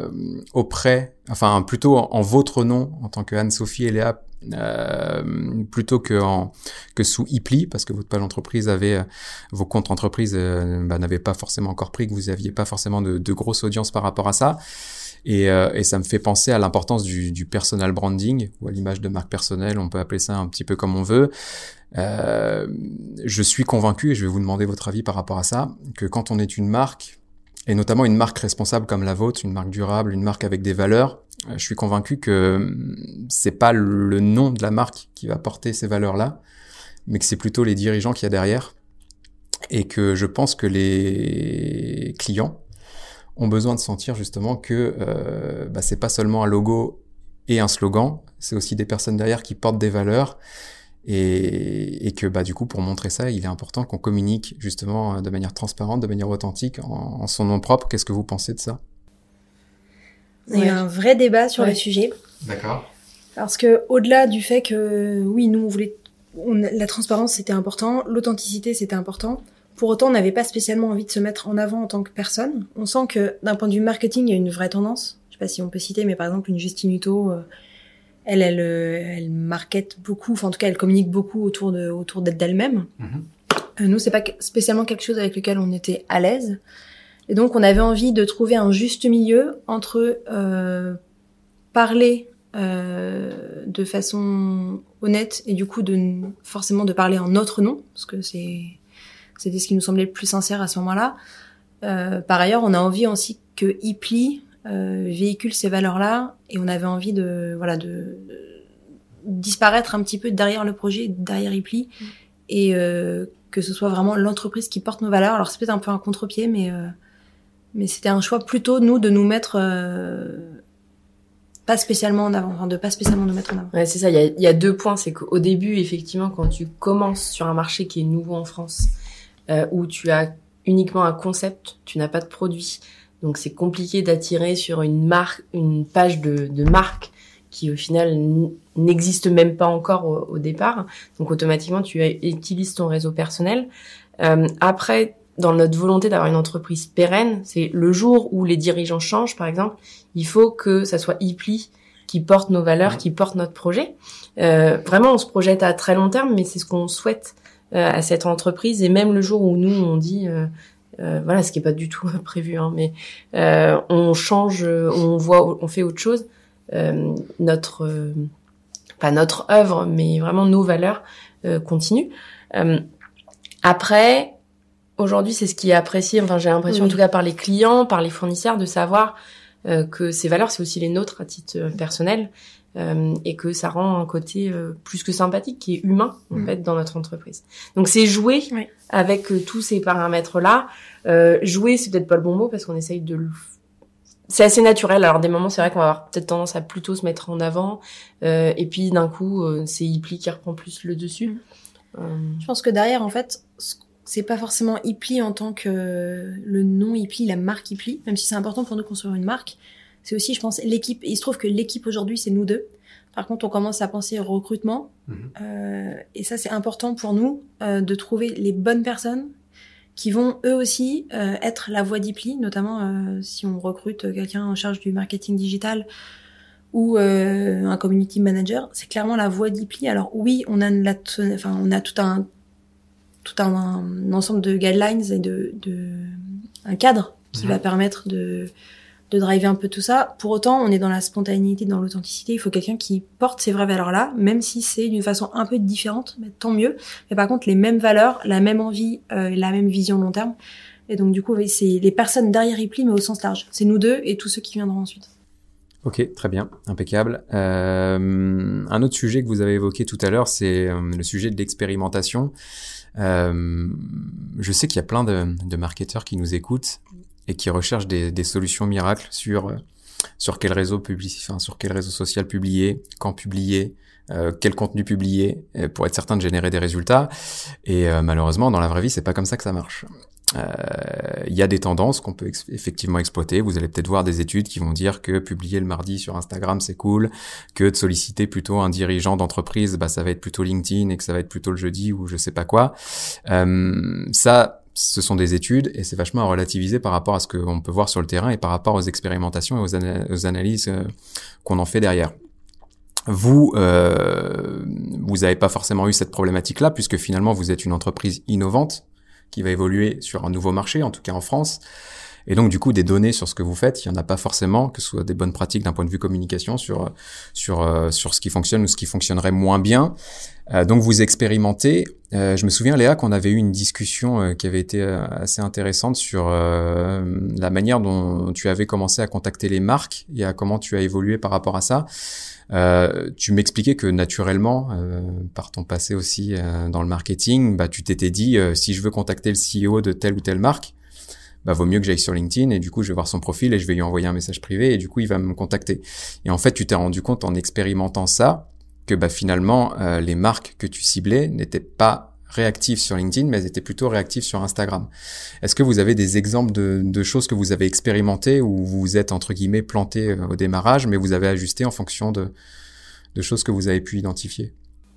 plutôt en votre nom, en tant que Anne-Sophie et Léa, plutôt que sous Ipli, parce que votre page entreprise avait vos comptes entreprises n'avaient pas forcément encore pris, que vous aviez pas forcément de grosse audience par rapport à ça, et ça me fait penser à l'importance du personal branding ou à l'image de marque personnelle, on peut appeler ça un petit peu comme on veut. Je suis convaincu, et je vais vous demander votre avis par rapport à ça, que quand on est une marque, et notamment une marque responsable comme la vôtre, une marque durable, une marque avec des valeurs, je suis convaincu que c'est pas le nom de la marque qui va porter ces valeurs-là, mais que c'est plutôt les dirigeants qu'il y a derrière, et que je pense que les clients ont besoin de sentir justement que c'est pas seulement un logo et un slogan, c'est aussi des personnes derrière qui portent des valeurs, et que du coup, pour montrer ça, il est important qu'on communique justement de manière transparente, de manière authentique, en son nom propre. Qu'est-ce que vous pensez de ça ? Il y a un vrai débat sur le sujet. D'accord. Parce que au-delà du fait que oui, nous la transparence c'était important, l'authenticité c'était important. Pour autant, on n'avait pas spécialement envie de se mettre en avant en tant que personne. On sent que d'un point de vue marketing, il y a une vraie tendance. Je sais pas si on peut citer, mais par exemple une Justine Hutto, elle market beaucoup, enfin en tout cas elle communique beaucoup autour d'elle-même. Mm-hmm. Nous, c'est pas spécialement quelque chose avec lequel on était à l'aise. Et donc, on avait envie de trouver un juste milieu entre parler de façon honnête et du coup forcément de parler en notre nom, parce que c'était ce qui nous semblait le plus sincère à ce moment-là. Par ailleurs, on a envie aussi que Ipli véhicule ces valeurs-là, et on avait envie de disparaître un petit peu derrière le projet, derrière Ipli, et que ce soit vraiment l'entreprise qui porte nos valeurs. Alors c'est peut-être un peu un contre-pied, mais c'était un choix plutôt, nous, de nous mettre pas spécialement en avant, enfin de pas spécialement nous mettre en avant. Ouais, c'est ça, il y a 2 points, c'est qu'au début, effectivement, quand tu commences sur un marché qui est nouveau en France, où tu as uniquement un concept, tu n'as pas de produit, donc c'est compliqué d'attirer sur une page de marque qui au final n'existe même pas encore au départ, donc automatiquement tu utilises ton réseau personnel. Après, dans notre volonté d'avoir une entreprise pérenne, c'est le jour où les dirigeants changent, par exemple, il faut que ça soit Ipli qui porte nos valeurs, qui porte notre projet. Vraiment, on se projette à très long terme, mais c'est ce qu'on souhaite à cette entreprise. Et même le jour où nous, on dit, ce qui est pas du tout prévu, mais on change, on fait autre chose. Pas notre œuvre, mais vraiment nos valeurs continuent. Après, aujourd'hui, c'est ce qui est apprécié, j'ai l'impression, en tout cas par les clients, par les fournisseurs, de savoir que ces valeurs, c'est aussi les nôtres à titre personnel, et que ça rend un côté plus que sympathique, qui est humain, en fait, dans notre entreprise. Donc, c'est jouer avec tous ces paramètres-là. Jouer, c'est peut-être pas le bon mot, parce qu'on essaye c'est assez naturel. Alors, des moments, c'est vrai qu'on va avoir peut-être tendance à plutôt se mettre en avant, et puis d'un coup, c'est Ipli qui reprend plus le dessus. Je pense que derrière, en fait, c'est pas forcément Ipli en tant que le nom Ipli, la marque Ipli, même si c'est important pour nous de construire une marque. C'est aussi, je pense, l'équipe. Il se trouve que l'équipe aujourd'hui, c'est nous deux. Par contre, on commence à penser au recrutement. Et ça, c'est important pour nous de trouver les bonnes personnes qui vont, eux aussi, être la voix d'Ipli, notamment si on recrute quelqu'un en charge du marketing digital ou un community manager. C'est clairement la voix d'Ipli. Alors oui, on a tout un ensemble de guidelines et un cadre qui va permettre driver un peu tout ça. Pour autant, on est dans la spontanéité, dans l'authenticité. Il faut quelqu'un qui porte ces vraies valeurs-là, même si c'est d'une façon un peu différente, mais tant mieux. Mais par contre, les mêmes valeurs, la même envie, la même vision long terme. Et donc, du coup, oui, c'est les personnes derrière Ripply, mais au sens large. C'est nous deux et tous ceux qui viendront ensuite. Ok, très bien, impeccable. Un autre sujet que vous avez évoqué tout à l'heure, c'est le sujet de l'expérimentation. Je sais qu'il y a plein de marketeurs qui nous écoutent et qui recherchent des solutions miracles sur quel réseau sur quel réseau social publier, quand publier, quel contenu publier, pour être certain de générer des résultats. Et malheureusement, dans la vraie vie, c'est pas comme ça que ça marche. Il y a des tendances qu'on peut effectivement exploiter. Vous allez peut-être voir des études qui vont dire que publier le mardi sur Instagram, c'est cool, que de solliciter plutôt un dirigeant d'entreprise, ça va être plutôt LinkedIn et que ça va être plutôt le jeudi ou je sais pas quoi. Ça, ce sont des études et c'est vachement à relativiser par rapport à ce qu'on peut voir sur le terrain et par rapport aux expérimentations et aux analyses qu'on en fait derrière. Vous avez pas forcément eu cette problématique-là puisque finalement vous êtes une entreprise innovante qui va évoluer sur un nouveau marché, en tout cas en France. Et donc, du coup, des données sur ce que vous faites, il y en a pas forcément, que ce soit des bonnes pratiques d'un point de vue communication sur ce qui fonctionne ou ce qui fonctionnerait moins bien. Donc, vous expérimentez. Je me souviens, Léa, qu'on avait eu une discussion qui avait été assez intéressante sur la manière dont tu avais commencé à contacter les marques et à comment tu as évolué par rapport à ça. Tu m'expliquais que naturellement, par ton passé aussi dans le marketing, tu t'étais dit si je veux contacter le CEO de telle ou telle marque, vaut mieux que j'aille sur LinkedIn et du coup je vais voir son profil et je vais lui envoyer un message privé et du coup il va me contacter. Et en fait, tu t'es rendu compte en expérimentant ça que finalement les marques que tu ciblais n'étaient pas réactives sur LinkedIn, mais elles étaient plutôt réactives sur Instagram. Est-ce que vous avez des exemples de choses que vous avez expérimentées où vous vous êtes entre guillemets planté au démarrage, mais vous avez ajusté en fonction de choses que vous avez pu identifier?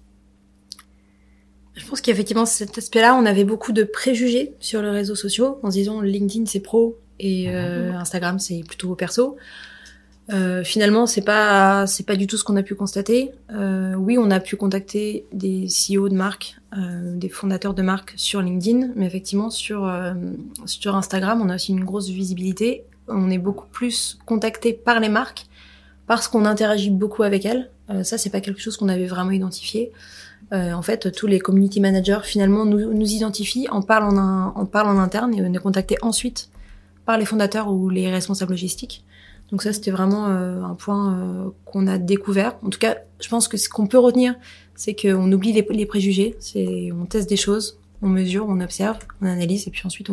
Je pense qu'effectivement, cet aspect-là, on avait beaucoup de préjugés sur les réseaux sociaux en se disant LinkedIn c'est pro et Instagram c'est plutôt perso. Finalement, c'est pas du tout ce qu'on a pu constater. Oui, on a pu contacter des CEO de marques, des fondateurs de marques sur LinkedIn, mais effectivement sur Instagram, on a aussi une grosse visibilité. On est beaucoup plus contacté par les marques parce qu'on interagit beaucoup avec elles. Ça, c'est pas quelque chose qu'on avait vraiment identifié. En fait, tous les community managers finalement nous identifient, en parlent en interne et on est contacté ensuite par les fondateurs ou les responsables logistiques. Donc ça, c'était vraiment un point qu'on a découvert. En tout cas, je pense que ce qu'on peut retenir, c'est qu'on oublie les préjugés. On teste des choses, on mesure, on observe, on analyse, et puis ensuite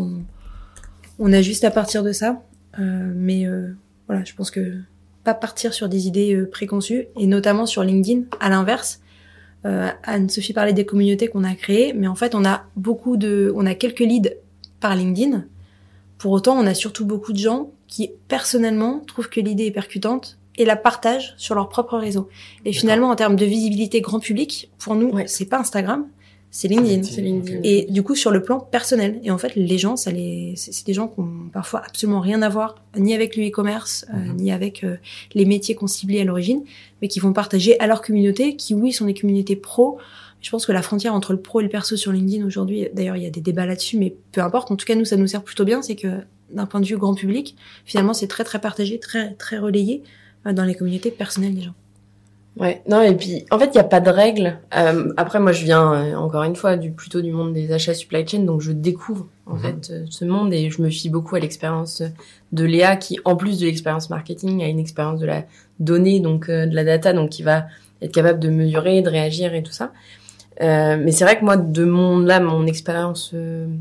on ajuste à partir de ça. Mais voilà, je pense que pas partir sur des idées préconçues, et notamment sur LinkedIn, à l'inverse. Anne-Sophie parlait des communautés qu'on a créées, mais en fait, on a quelques leads par LinkedIn. Pour autant, on a surtout beaucoup de gens qui, personnellement, trouvent que l'idée est percutante et la partagent sur leur propre réseau. Et finalement, en termes de visibilité grand public, pour nous, c'est pas Instagram, c'est LinkedIn. C'est LinkedIn. Et du coup, sur le plan personnel. Et en fait, les gens, c'est des gens qui ont parfois absolument rien à voir, ni avec le e-commerce, ni avec les métiers qu'on ciblait à l'origine, mais qui vont partager à leur communauté, qui, oui, sont des communautés pro. Je pense que la frontière entre le pro et le perso sur LinkedIn aujourd'hui, d'ailleurs, il y a des débats là-dessus, mais peu importe. En tout cas, nous, ça nous sert plutôt bien. C'est que, d'un point de vue grand public, finalement, c'est très, très partagé, très, très relayé dans les communautés personnelles des gens. Ouais, non, et puis, en fait, il n'y a pas de règles. Après, moi, je viens, encore une fois, plutôt du monde des achats supply chain, donc je découvre, en fait, ce monde, et je me fie beaucoup à l'expérience de Léa, qui, en plus de l'expérience marketing, a une expérience de la donnée, donc de la data, donc qui va être capable de mesurer, de réagir et tout ça. Mais c'est vrai que moi, mon expérience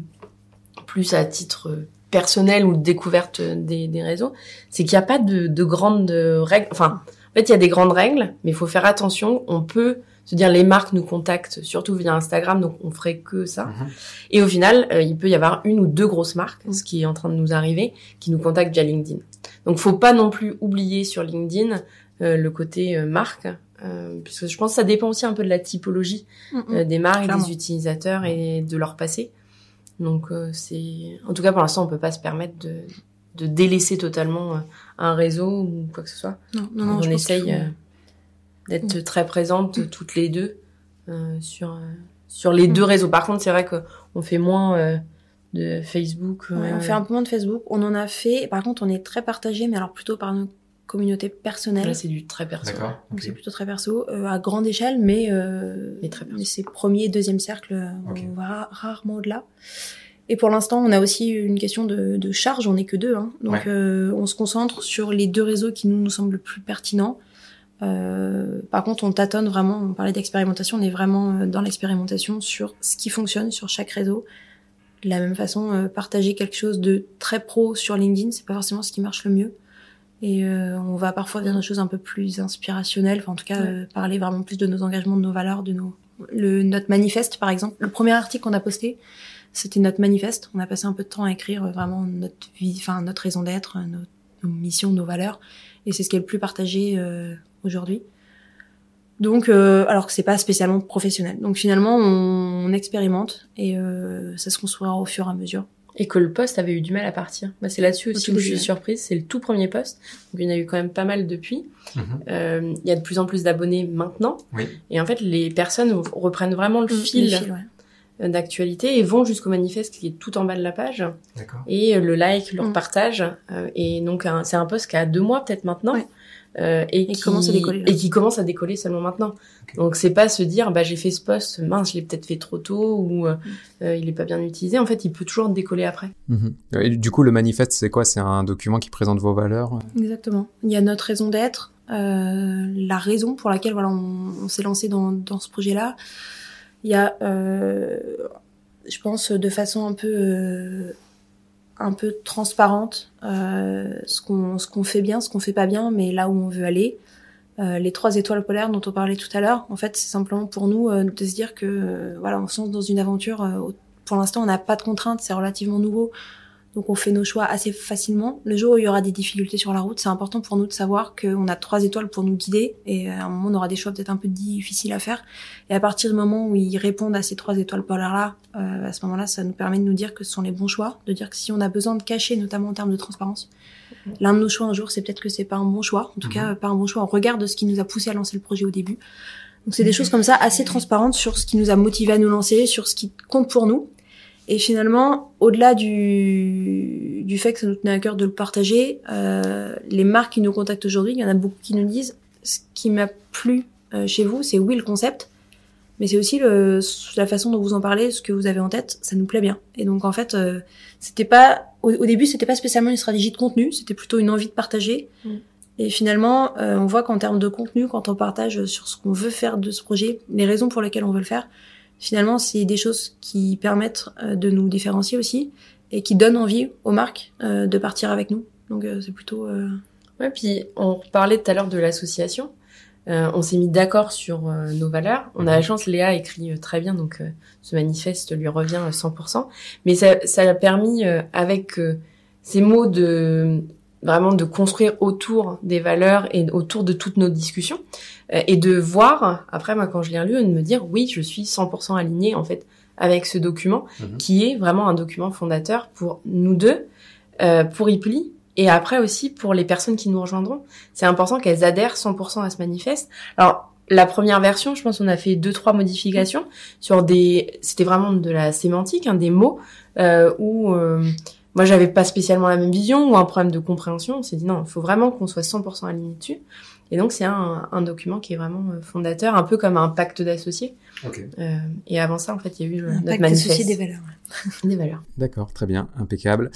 plus à titre personnel ou de découverte des réseaux, c'est qu'il n'y a pas de grandes règles. Enfin, en fait, il y a des grandes règles, mais il faut faire attention. On peut se dire, les marques nous contactent, surtout via Instagram, donc on ferait que ça. Et au final, il peut y avoir une ou deux grosses marques, ce qui est en train de nous arriver, qui nous contactent via LinkedIn. Donc, faut pas non plus oublier sur LinkedIn le côté marque, puisque je pense que ça dépend aussi un peu de la typologie des marques, clairement, des utilisateurs et de leur passé. Donc en tout cas pour l'instant on peut pas se permettre de délaisser totalement un réseau ou quoi que ce soit. Non, on essaye d'être très présentes toutes les deux sur les deux réseaux. Par contre c'est vrai que on fait moins de Facebook. Ouais, on fait un peu moins de Facebook. On en a fait. Par contre, on est très partagé, mais alors plutôt par nos communautés personnelles. Là, c'est du très perso. D'accord. Donc c'est plutôt très perso, à grande échelle, mais très perso. mais c'est premier, deuxième cercle, Okay. on va rarement au-delà. Et pour l'instant, on a aussi une question de charge, on n'est que 2, hein. Donc on se concentre sur les 2 réseaux qui nous semblent le plus pertinents. Par contre, on tâtonne vraiment, on parlait d'expérimentation, on est vraiment dans l'expérimentation sur ce qui fonctionne sur chaque réseau. De la même façon, partager quelque chose de très pro sur LinkedIn, c'est pas forcément ce qui marche le mieux. Et on va parfois vers des choses un peu plus inspirationnelles, enfin en tout cas parler vraiment plus de nos engagements, de nos valeurs, de notre manifeste par exemple. Le premier article qu'on a posté, c'était notre manifeste. On a passé un peu de temps à écrire vraiment notre vie, enfin notre raison d'être, nos missions, nos valeurs, et c'est ce qui est le plus partagé aujourd'hui. Donc alors que c'est pas spécialement professionnel. Donc finalement on expérimente et ça se construira au fur et à mesure. Et que le post avait eu du mal à partir. Bah, c'est là-dessus aussi où je suis surprise. C'est le tout premier post. Donc, il y en a eu quand même pas mal depuis. Il y a de plus en plus d'abonnés maintenant. Oui. Et en fait, les personnes reprennent vraiment le fil d'actualité et vont jusqu'au manifeste qui est tout en bas de la page. D'accord. Et le like, le partage. Et donc, c'est un post qui a 2 mois peut-être maintenant. Ouais. Et qui commence à décoller seulement maintenant. Okay. Donc c'est pas se dire j'ai fait ce post, mince, je l'ai peut-être fait trop tôt ou il est pas bien utilisé. En fait, il peut toujours décoller après. Et du coup, le manifeste, c'est quoi? C'est un document qui présente vos valeurs? Exactement. Il y a notre raison d'être, la raison pour laquelle on s'est lancé dans ce projet-là. Il y a, je pense, de façon un peu transparente, ce qu'on fait bien, ce qu'on fait pas bien, mais là où on veut aller. Les 3 étoiles polaires dont on parlait tout à l'heure, en fait, c'est simplement pour nous de se dire que on se lance dans une aventure. Pour l'instant, on n'a pas de contraintes, c'est relativement nouveau, donc on fait nos choix assez facilement. Le jour où il y aura des difficultés sur la route, c'est important pour nous de savoir qu'on a 3 étoiles pour nous guider, et à un moment, on aura des choix peut-être un peu difficiles à faire. Et à partir du moment où ils répondent à ces 3 étoiles polaires-là, à ce moment-là, ça nous permet de nous dire que ce sont les bons choix, de dire que si on a besoin de cacher, notamment en termes de transparence, l'un de nos choix un jour, c'est peut-être que c'est pas un bon choix, en tout cas pas un bon choix en regard de ce qui nous a poussé à lancer le projet au début. Donc c'est des choses comme ça, assez transparentes sur ce qui nous a motivé à nous lancer, sur ce qui compte pour nous. Et finalement, au-delà du fait que ça nous tenait à cœur de le partager, les marques qui nous contactent aujourd'hui, il y en a beaucoup qui nous disent ce qui m'a plu chez vous, c'est oui le concept, mais c'est aussi la façon dont vous en parlez, ce que vous avez en tête, ça nous plaît bien. Et donc en fait, c'était pas au début, c'était pas spécialement une stratégie de contenu, c'était plutôt une envie de partager. Et finalement, on voit qu'en termes de contenu, quand on partage sur ce qu'on veut faire de ce projet, les raisons pour lesquelles on veut le faire, finalement, c'est des choses qui permettent de nous différencier aussi et qui donnent envie aux marques de partir avec nous. Donc c'est plutôt... Ouais, puis on parlait tout à l'heure de l'association. On s'est mis d'accord sur nos valeurs. On a la chance, Léa écrit très bien, donc ce manifeste lui revient 100%. Mais ça a permis, avec ces mots vraiment de construire autour des valeurs et autour de toutes nos discussions, et de voir, après moi quand je l'ai relu, de me dire oui, je suis 100% alignée en fait avec ce document, qui est vraiment un document fondateur pour nous deux, pour Ipli, et après aussi pour les personnes qui nous rejoindront. C'est important qu'elles adhèrent 100% à ce manifeste. Alors, la première version, je pense qu'on a fait 2-3 modifications sur c'était vraiment de la sémantique, des mots, où moi j'avais pas spécialement la même vision ou un problème de compréhension. On s'est dit non, il faut vraiment qu'on soit 100% aligné dessus. Et donc c'est un document qui est vraiment fondateur, un peu comme un pacte d'associés. Okay. Et avant ça, en fait, il y a eu notre manifeste. Pacte d'associés des valeurs. Des valeurs. D'accord, très bien, impeccable.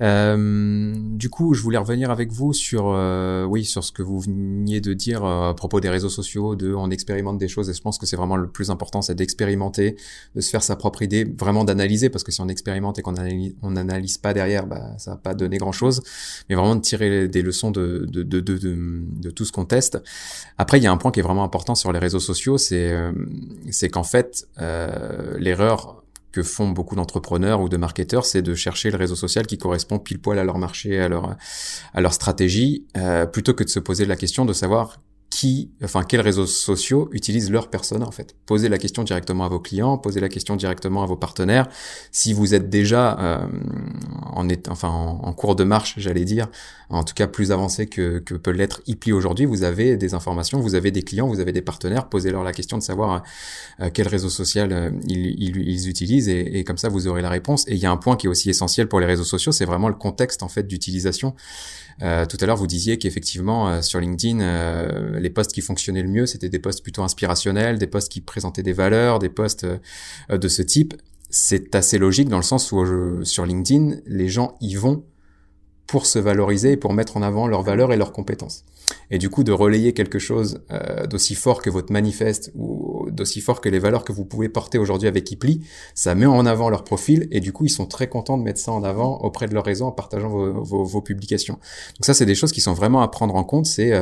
Du coup, je voulais revenir avec vous sur sur ce que vous veniez de dire à propos des réseaux sociaux, on expérimente des choses, et je pense que c'est vraiment le plus important, c'est d'expérimenter, de se faire sa propre idée, vraiment d'analyser, parce que si on expérimente et qu'on n'analyse pas derrière, ça va pas donner grand-chose, mais vraiment de tirer des leçons de tout ce qu'on teste. Après, il y a un point qui est vraiment important sur les réseaux sociaux, c'est qu'en fait, l'erreur que font beaucoup d'entrepreneurs ou de marketeurs, c'est de chercher le réseau social qui correspond pile poil à leur marché, à leur stratégie, plutôt que de se poser la question de savoir quels réseaux sociaux utilisent leurs personas en fait. Posez la question directement à vos clients, posez la question directement à vos partenaires. Si vous êtes déjà en cours de marche, j'allais dire, en tout cas plus avancé que peut l'être Hiply aujourd'hui, vous avez des informations, vous avez des clients, vous avez des partenaires, posez-leur la question de savoir quel réseau social ils utilisent et comme ça vous aurez la réponse. Et il y a un point qui est aussi essentiel pour les réseaux sociaux, c'est vraiment le contexte en fait d'utilisation. Tout à l'heure, vous disiez qu'effectivement, sur LinkedIn, les posts qui fonctionnaient le mieux, c'était des posts plutôt inspirationnels, des posts qui présentaient des valeurs, des posts de ce type. C'est assez logique dans le sens où sur LinkedIn, les gens y vont pour se valoriser et pour mettre en avant leurs valeurs et leurs compétences. Et du coup, de relayer quelque chose d'aussi fort que votre manifeste ou d'aussi fort que les valeurs que vous pouvez porter aujourd'hui avec Hiply, ça met en avant leur profil et du coup, ils sont très contents de mettre ça en avant auprès de leur réseau en partageant vos publications. Donc ça, c'est des choses qui sont vraiment à prendre en compte. C'est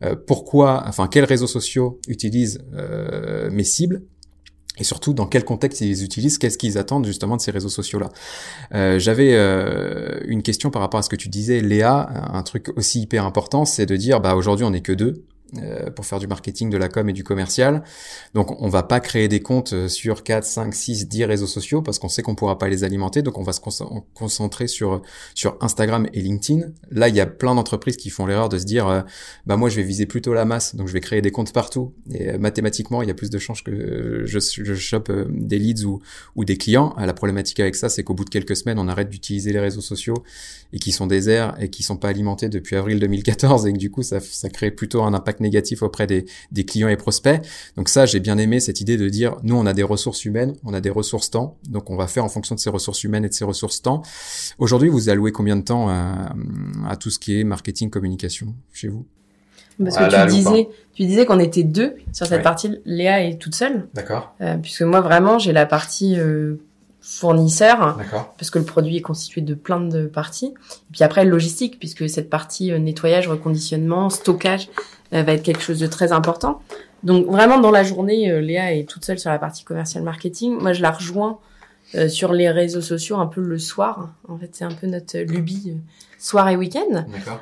quels réseaux sociaux utilisent mes cibles et surtout dans quel contexte ils les utilisent, qu'est-ce qu'ils attendent justement de ces réseaux sociaux-là. J'avais une question par rapport à ce que tu disais, Léa. Un truc aussi hyper important, c'est de dire aujourd'hui on n'est que deux pour faire du marketing, de la com et du commercial. Donc on va pas créer des comptes sur 4, 5, 6, 10 réseaux sociaux parce qu'on sait qu'on pourra pas les alimenter. Donc on va se concentrer sur Instagram et LinkedIn. Là, il y a plein d'entreprises qui font l'erreur de se dire moi je vais viser plutôt la masse, donc je vais créer des comptes partout. Et mathématiquement, il y a plus de chances que je chope des leads ou des clients. La problématique avec ça, c'est qu'au bout de quelques semaines, on arrête d'utiliser les réseaux sociaux et qui sont déserts et qui sont pas alimentés depuis avril 2014 et que du coup ça crée plutôt un impact négatif auprès des clients et prospects. Donc ça, j'ai bien aimé cette idée de dire, nous, on a des ressources humaines, on a des ressources temps, donc on va faire en fonction de ces ressources humaines et de ces ressources temps. Aujourd'hui, vous allouez combien de temps à tout ce qui est marketing, communication chez vous? Parce que tu disais qu'on était deux sur cette partie. Léa est toute seule. D'accord. Puisque moi, vraiment, j'ai la partie fournisseur. D'accord. Parce que le produit est constitué de plein de parties. Et puis après, logistique, puisque cette partie nettoyage, reconditionnement, stockage va être quelque chose de très important. Donc vraiment, dans la journée, Léa est toute seule sur la partie commercial marketing. Moi, je la rejoins sur les réseaux sociaux un peu le soir. En fait, c'est un peu notre lubie soir et week-end. D'accord.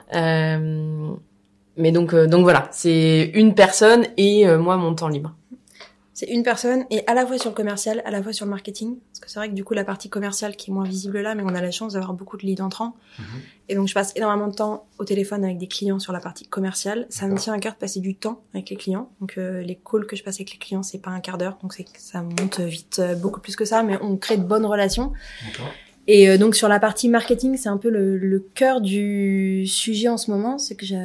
Mais donc voilà, c'est une personne et moi, mon temps libre. C'est une personne et à la fois sur le commercial, à la fois sur le marketing. Parce que c'est vrai que du coup, la partie commerciale qui est moins visible là, mais on a la chance d'avoir beaucoup de leads entrants. Mmh. Et donc, je passe énormément de temps au téléphone avec des clients sur la partie commerciale. Ça me tient à cœur de passer du temps avec les clients. Donc, les calls que je passe avec les clients, c'est pas un quart d'heure. Donc, ça monte vite, beaucoup plus que ça, mais on crée de bonnes relations. D'accord. Et donc, sur la partie marketing, c'est un peu le cœur du sujet en ce moment. C'est que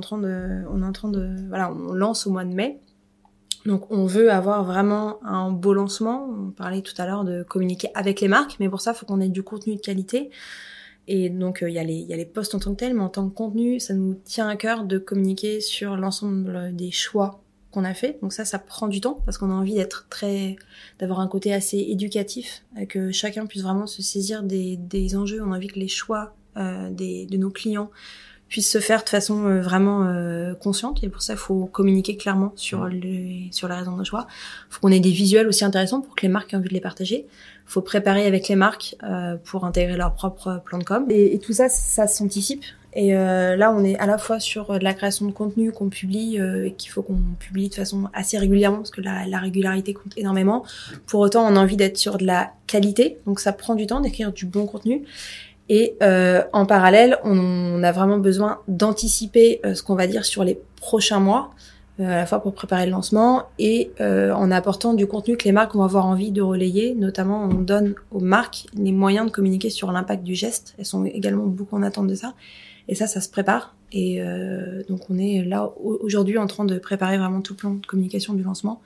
on lance au mois de mai. Donc, on veut avoir vraiment un beau lancement. On parlait tout à l'heure de communiquer avec les marques, mais pour ça, il faut qu'on ait du contenu de qualité. Et donc, il y a les posts en tant que tels, mais en tant que contenu, ça nous tient à cœur de communiquer sur l'ensemble des choix qu'on a fait. Donc ça prend du temps parce qu'on a envie d'avoir un côté assez éducatif, que chacun puisse vraiment se saisir des enjeux. On a envie que les choix de nos clients puissent se faire de façon vraiment consciente, et pour ça il faut communiquer clairement sur les raisons de choix. Il faut qu'on ait des visuels aussi intéressants pour que les marques aient envie de les partager. Il faut préparer avec les marques pour intégrer leur propre plan de com, et tout ça s'anticipe. Et là on est à la fois sur de la création de contenu qu'on publie et qu'il faut qu'on publie de façon assez régulièrement parce que la régularité compte énormément. Pour autant on a envie d'être sur de la qualité, donc ça prend du temps d'écrire du bon contenu. Et en parallèle, on a vraiment besoin d'anticiper ce qu'on va dire sur les prochains mois, à la fois pour préparer le lancement et en apportant du contenu que les marques vont avoir envie de relayer. Notamment, on donne aux marques les moyens de communiquer sur l'impact du geste. Elles sont également beaucoup en attente de ça. Et ça se prépare. Et donc, on est là aujourd'hui en train de préparer vraiment tout le plan de communication du lancement.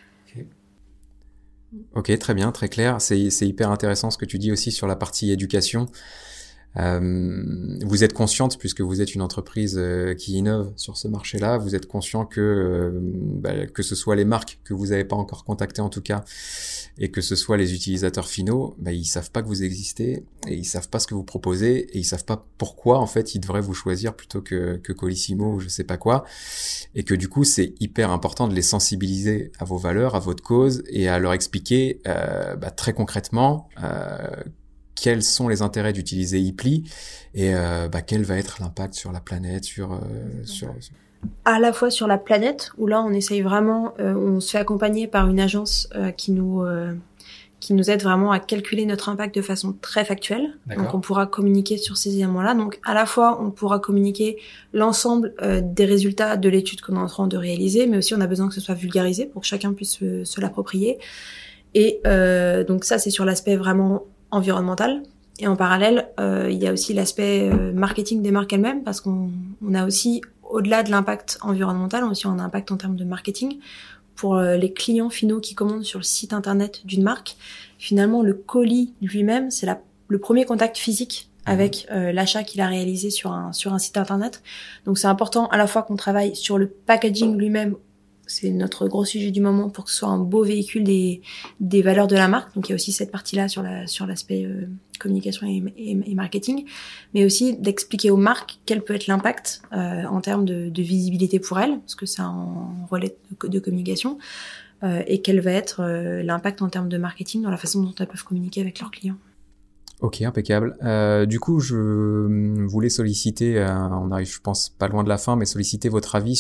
Ok, très bien, très clair. C'est hyper intéressant ce que tu dis aussi sur la partie éducation. Vous êtes consciente, puisque vous êtes une entreprise qui innove sur ce marché-là, vous êtes conscient que ce soit les marques que vous n'avez pas encore contactées en tout cas, et que ce soit les utilisateurs finaux, ils savent pas que vous existez, et ils savent pas ce que vous proposez, et ils savent pas pourquoi en fait ils devraient vous choisir plutôt que Colissimo ou je sais pas quoi, et que du coup c'est hyper important de les sensibiliser à vos valeurs, à votre cause, et à leur expliquer très concrètement quels sont les intérêts d'utiliser Hiply et quel va être l'impact sur la planète, sur... à la fois sur la planète, où là on essaye vraiment, on se fait accompagner par une agence qui nous aide vraiment à calculer notre impact de façon très factuelle. D'accord. Donc on pourra communiquer sur ces éléments-là. Donc à la fois on pourra communiquer l'ensemble des résultats de l'étude qu'on est en train de réaliser, mais aussi on a besoin que ce soit vulgarisé pour que chacun puisse se l'approprier. Et donc ça c'est sur l'aspect vraiment environnemental. Et en parallèle, il y a aussi l'aspect marketing des marques elles-mêmes, parce qu'on a aussi, au-delà de l'impact environnemental, on a aussi un impact en termes de marketing. Pour les clients finaux qui commandent sur le site internet d'une marque, finalement, le colis lui-même, c'est le premier contact physique avec l'achat qu'il a réalisé sur un site internet. Donc c'est important à la fois qu'on travaille sur le packaging lui-même, c'est notre gros sujet du moment, pour que ce soit un beau véhicule des valeurs de la marque. Donc il y a aussi cette partie-là sur l'aspect communication et marketing, mais aussi d'expliquer aux marques quel peut être l'impact en termes de visibilité pour elles, parce que c'est un relais de communication, et quel va être l'impact en termes de marketing dans la façon dont elles peuvent communiquer avec leurs clients. Ok, impeccable. Du coup, je voulais solliciter, on arrive, je pense, pas loin de la fin, mais solliciter votre avis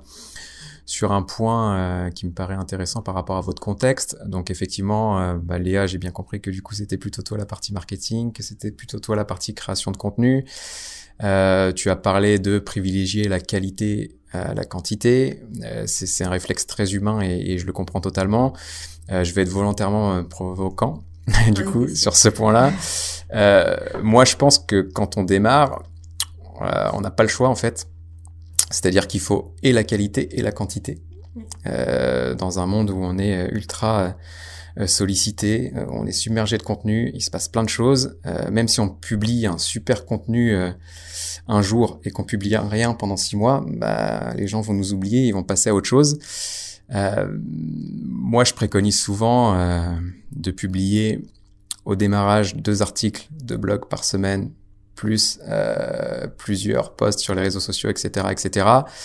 sur un point qui me paraît intéressant par rapport à votre contexte. Donc effectivement, Léa, j'ai bien compris que du coup c'était plutôt toi la partie marketing, que c'était plutôt toi la partie création de contenu. Tu as parlé de privilégier la qualité à la quantité. C'est un réflexe très humain et je le comprends totalement. Je vais être volontairement provocant du coup sur ce point-là. Moi, je pense que quand on démarre, on n'a pas le choix en fait. C'est-à-dire qu'il faut et la qualité et la quantité. Dans un monde où on est ultra sollicité, on est submergé de contenu, il se passe plein de choses. Même si on publie un super contenu un jour et qu'on publie rien pendant 6 mois, les gens vont nous oublier, ils vont passer à autre chose. Moi, je préconise souvent de publier au démarrage 2 articles de blog par semaine, plus plusieurs posts sur les réseaux sociaux, etc., etc.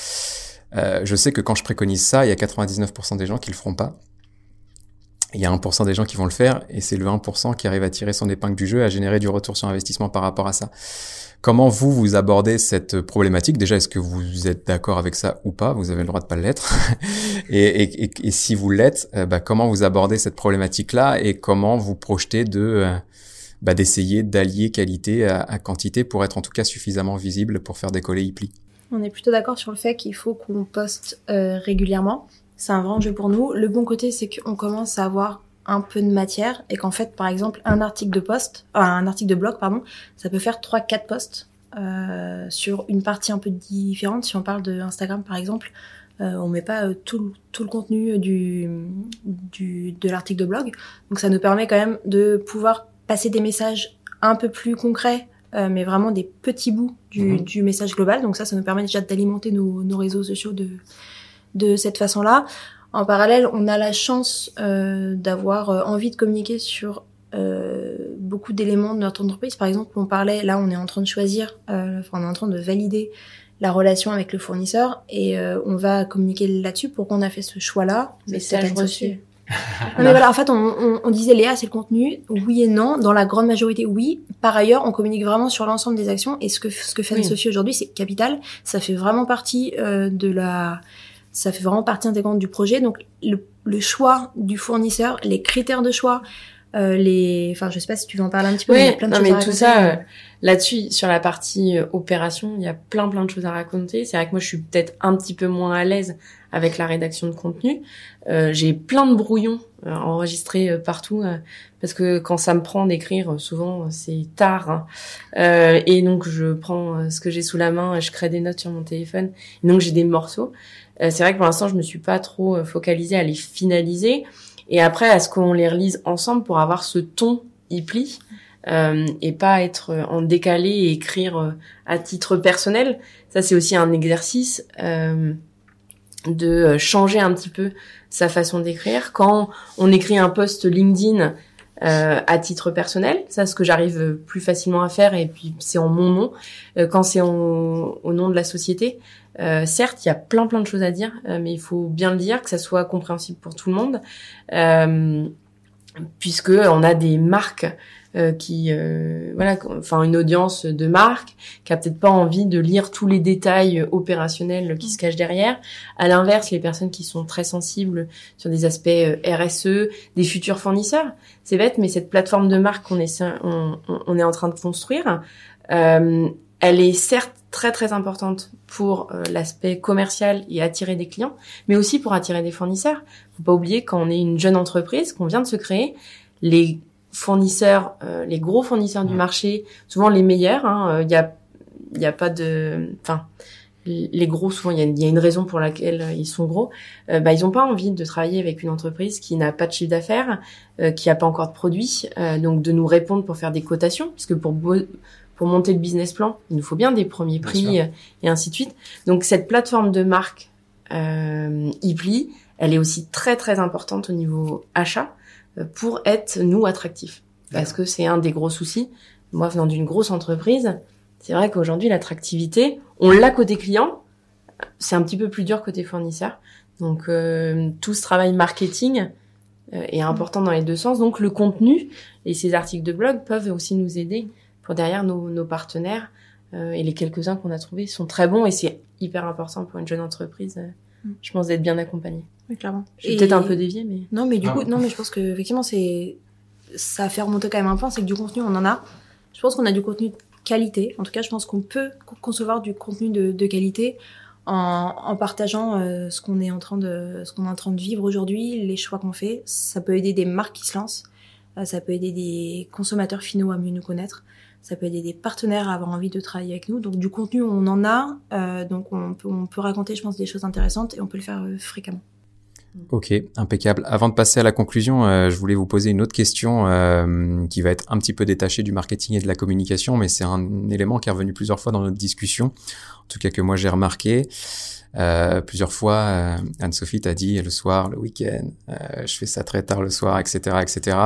Je sais que quand je préconise ça, il y a 99% des gens qui le feront pas. Il y a 1% des gens qui vont le faire, et c'est le 1% qui arrive à tirer son épingle du jeu, à générer du retour sur investissement par rapport à ça. Comment vous abordez cette problématique? Déjà, est-ce que vous êtes d'accord avec ça ou pas? Vous avez le droit de pas l'être. et si vous l'êtes, comment vous abordez cette problématique-là, et comment vous projetez d'essayer d'allier qualité à quantité pour être en tout cas suffisamment visible pour faire décoller Hipli? On est plutôt d'accord sur le fait qu'il faut qu'on poste régulièrement. C'est un vrai enjeu pour nous. Le bon côté, c'est qu'on commence à avoir un peu de matière, et qu'en fait, par exemple, un article de blog, ça peut faire 3-4 posts sur une partie un peu différente. Si on parle de Instagram, par exemple, on met pas tout le contenu de l'article de blog. Donc ça nous permet quand même de pouvoir passer des messages un peu plus concrets, mais vraiment des petits bouts du message global. Donc ça nous permet déjà d'alimenter nos réseaux sociaux de cette façon-là. En parallèle, on a la chance d'avoir envie de communiquer sur beaucoup d'éléments de notre entreprise. Par exemple, on est en train de choisir, on est en train de valider la relation avec le fournisseur, et on va communiquer là-dessus. Pourquoi on a fait ce choix-là? Message reçu. Non mais voilà, en fait, on disait Léa, c'est le contenu, oui et non. Dans la grande majorité, oui. Par ailleurs, on communique vraiment sur l'ensemble des actions, et ce que fait Sophie aujourd'hui, c'est capital. Ça fait vraiment partie ça fait vraiment partie intégrante du projet. Donc le choix du fournisseur, les critères de choix, je sais pas si tu veux en parler un petit peu. Oui, mais il y a plein de choses à raconter. Tout ça, là-dessus, sur la partie opération, il y a plein de choses à raconter. C'est vrai que moi, je suis peut-être un petit peu moins à l'aise avec la rédaction de contenu. J'ai plein de brouillons enregistrés partout, parce que quand ça me prend d'écrire, souvent c'est tard, hein. Et donc je prends ce que j'ai sous la main, je crée des notes sur mon téléphone, et donc j'ai des morceaux. C'est vrai que pour l'instant, je me suis pas trop focalisée à les finaliser, et après à ce qu'on les relise ensemble pour avoir ce ton Hipli, et pas être en décalé et écrire à titre personnel. Ça, c'est aussi un exercice de changer un petit peu sa façon d'écrire. Quand on écrit un post LinkedIn à titre personnel, ça, ce que j'arrive plus facilement à faire, et puis c'est en mon nom. Quand c'est au nom de la société, certes, il y a plein de choses à dire, mais il faut bien le dire, que ça soit compréhensible pour tout le monde, puisque on a des marques une audience de marque qui a peut-être pas envie de lire tous les détails opérationnels qui se cachent derrière. À l'inverse, les personnes qui sont très sensibles sur des aspects RSE, des futurs fournisseurs, c'est bête, mais cette plateforme de marque qu'on est en train de construire, elle est certes très très importante pour l'aspect commercial et attirer des clients, mais aussi pour attirer des fournisseurs. Faut pas oublier quand on est une jeune entreprise, qu'on vient de se créer, les fournisseurs, les gros fournisseurs du marché, souvent les meilleurs, il y a pas de, les gros, souvent il y a une raison pour laquelle ils sont gros. Ils ont pas envie de travailler avec une entreprise qui n'a pas de chiffre d'affaires, qui a pas encore de produits, donc de nous répondre pour faire des cotations, parce que pour monter le business plan, il nous faut bien des premiers prix et ainsi de suite. Donc cette plateforme de marque Ipli, elle est aussi très très importante au niveau achat pour être nous attractifs. Parce que c'est un des gros soucis. Moi, venant d'une grosse entreprise, c'est vrai qu'aujourd'hui l'attractivité, on l'a côté client, c'est un petit peu plus dur côté fournisseur. Donc tout ce travail marketing est important dans les deux sens. Donc le contenu et ces articles de blog peuvent aussi nous aider pour derrière nos partenaires, et les quelques-uns qu'on a trouvés sont très bons, et c'est hyper important pour une jeune entreprise, je pense, d'être bien accompagnée. Oui, clairement. J'ai peut-être un peu dévié, mais... Non, mais je pense que effectivement, ça a fait remonter quand même un point, c'est que du contenu, on en a. Je pense qu'on a du contenu de qualité. En tout cas, je pense qu'on peut concevoir du contenu de qualité en partageant ce qu'on est en train de vivre aujourd'hui, les choix qu'on fait. Ça peut aider des marques qui se lancent, ça peut aider des consommateurs finaux à mieux nous connaître. Ça peut aider des partenaires à avoir envie de travailler avec nous. Donc du contenu, on en a. Donc on peut raconter, je pense, des choses intéressantes et on peut le faire fréquemment. Ok, impeccable. Avant de passer à la conclusion, je voulais vous poser une autre question qui va être un petit peu détachée du marketing et de la communication, mais c'est un élément qui est revenu plusieurs fois dans notre discussion, en tout cas que moi j'ai remarqué. Plusieurs fois, Anne-Sophie t'a dit le soir, le week-end, je fais ça très tard le soir, etc., etc.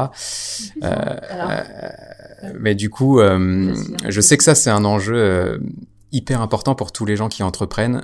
Mais du coup, je sais que ça c'est un enjeu hyper important pour tous les gens qui entreprennent.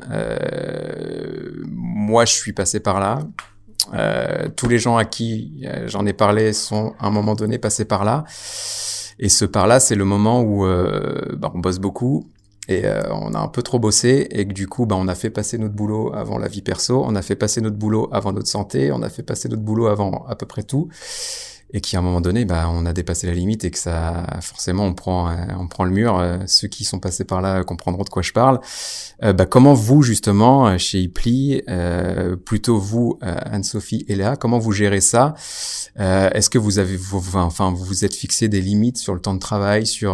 Moi, je suis passé par là. Tous les gens à qui j'en ai parlé sont à un moment donné passés par là. Et ce par là, c'est le moment où on bosse beaucoup. Et on a un peu trop bossé et que du coup on a fait passer notre boulot avant la vie perso, on a fait passer notre boulot avant notre santé, on a fait passer notre boulot avant à peu près tout, et qu'à un moment donné on a dépassé la limite et que ça forcément on prend le mur. Ceux qui sont passés par là comprendront de quoi je parle. Comment vous justement chez Ipli, plutôt vous Anne-Sophie et Léa, comment vous gérez ça? Est-ce que vous vous êtes fixé des limites sur le temps de travail, sur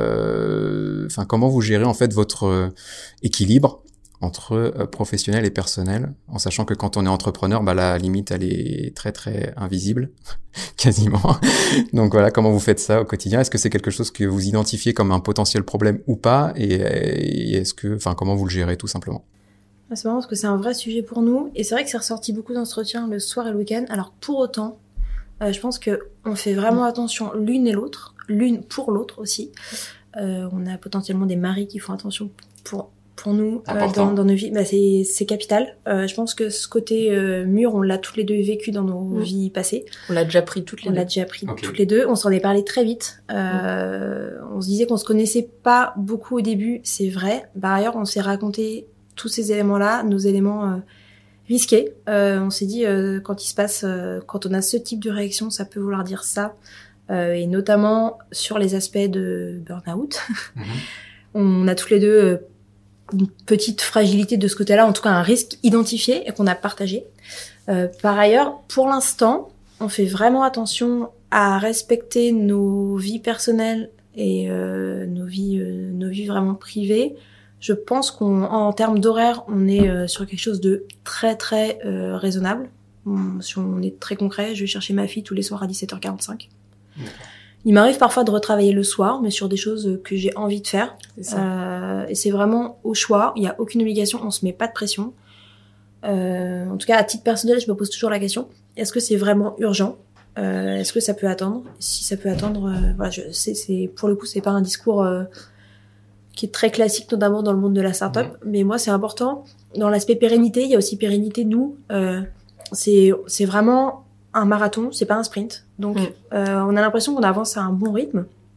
comment vous gérez en fait votre équilibre entre professionnel et personnel, en sachant que quand on est entrepreneur, la limite elle est très très invisible, quasiment. Donc voilà, comment vous faites ça au quotidien? Est-ce que c'est quelque chose que vous identifiez comme un potentiel problème ou pas? Et est-ce que, comment vous le gérez tout simplement? C'est marrant parce que c'est un vrai sujet pour nous, et c'est vrai que c'est ressorti beaucoup d'entretiens le soir et le week-end. Alors pour autant, je pense que on fait vraiment attention l'une et l'autre, l'une pour l'autre aussi. On a potentiellement des maris qui font attention pour nous dans nos vies. C'est capital. Je pense que ce côté mûr, on l'a toutes les deux vécu dans nos vies passées. On l'a déjà pris toutes les deux. On s'en est parlé très vite. On se disait qu'on se connaissait pas beaucoup au début, c'est vrai. Par ailleurs, on s'est raconté tous ces éléments-là, nos éléments risqués. On s'est dit quand on a ce type de réaction, ça peut vouloir dire ça. Et notamment sur les aspects de burn-out. On a tous les deux une petite fragilité de ce côté-là, en tout cas un risque identifié et qu'on a partagé. Par ailleurs, pour l'instant, on fait vraiment attention à respecter nos vies personnelles et nos vies vraiment privées. Je pense qu'en termes d'horaire, on est sur quelque chose de très très raisonnable. Si on est très concret, je vais chercher ma fille tous les soirs à 17h45. Il m'arrive parfois de retravailler le soir, mais sur des choses que j'ai envie de faire. Et c'est vraiment au choix. Il n'y a aucune obligation, on se met pas de pression. En tout cas, à titre personnel, je me pose toujours la question, est-ce que c'est vraiment urgent? Est-ce que ça peut attendre? Si ça peut attendre, pour le coup, c'est pas un discours qui est très classique, notamment dans le monde de la start-up. Mais moi, c'est important. Dans l'aspect pérennité, il y a aussi pérennité, nous. C'est vraiment un marathon, c'est pas un sprint. Donc, on a l'impression qu'on avance à un bon rythme.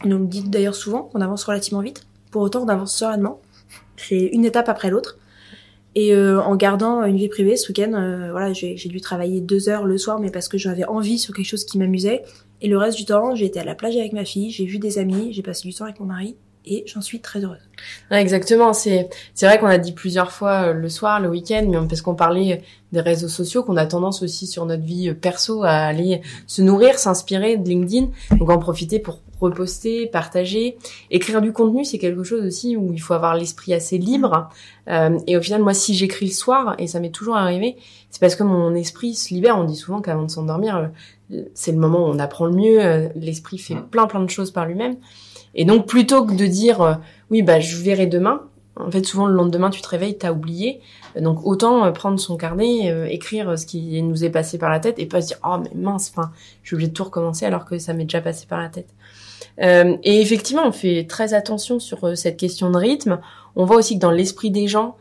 On nous le dit d'ailleurs souvent, qu'on avance relativement vite. Pour autant, on avance sereinement. C'est une étape après l'autre. Et en gardant une vie privée, ce week-end, voilà, j'ai dû travailler 2 heures le soir, mais parce que j'avais envie sur quelque chose qui m'amusait. Et le reste du temps, j'ai été à la plage avec ma fille, j'ai vu des amis, j'ai passé du temps avec mon mari, et j'en suis très heureuse. Ouais, exactement. C'est vrai qu'on a dit plusieurs fois le soir, le week-end, mais parce qu'on parlait des réseaux sociaux, qu'on a tendance aussi sur notre vie perso à aller se nourrir, s'inspirer de LinkedIn, donc en profiter pour reposter, partager, écrire du contenu, c'est quelque chose aussi où il faut avoir l'esprit assez libre. Et au final, moi, si j'écris le soir, et ça m'est toujours arrivé, c'est parce que mon esprit se libère. On dit souvent qu'avant de s'endormir, c'est le moment où on apprend le mieux. L'esprit fait plein de choses par lui-même. Et donc, plutôt que de dire oui, bah je verrai demain. En fait, souvent le lendemain, tu te réveilles, t'as oublié. Donc, autant prendre son carnet, écrire ce qui nous est passé par la tête, et pas se dire oh mais mince, enfin, je suis obligée de tout recommencer alors que ça m'est déjà passé par la tête. Et effectivement, on fait très attention sur cette question de rythme. On voit aussi que dans l'esprit des gens,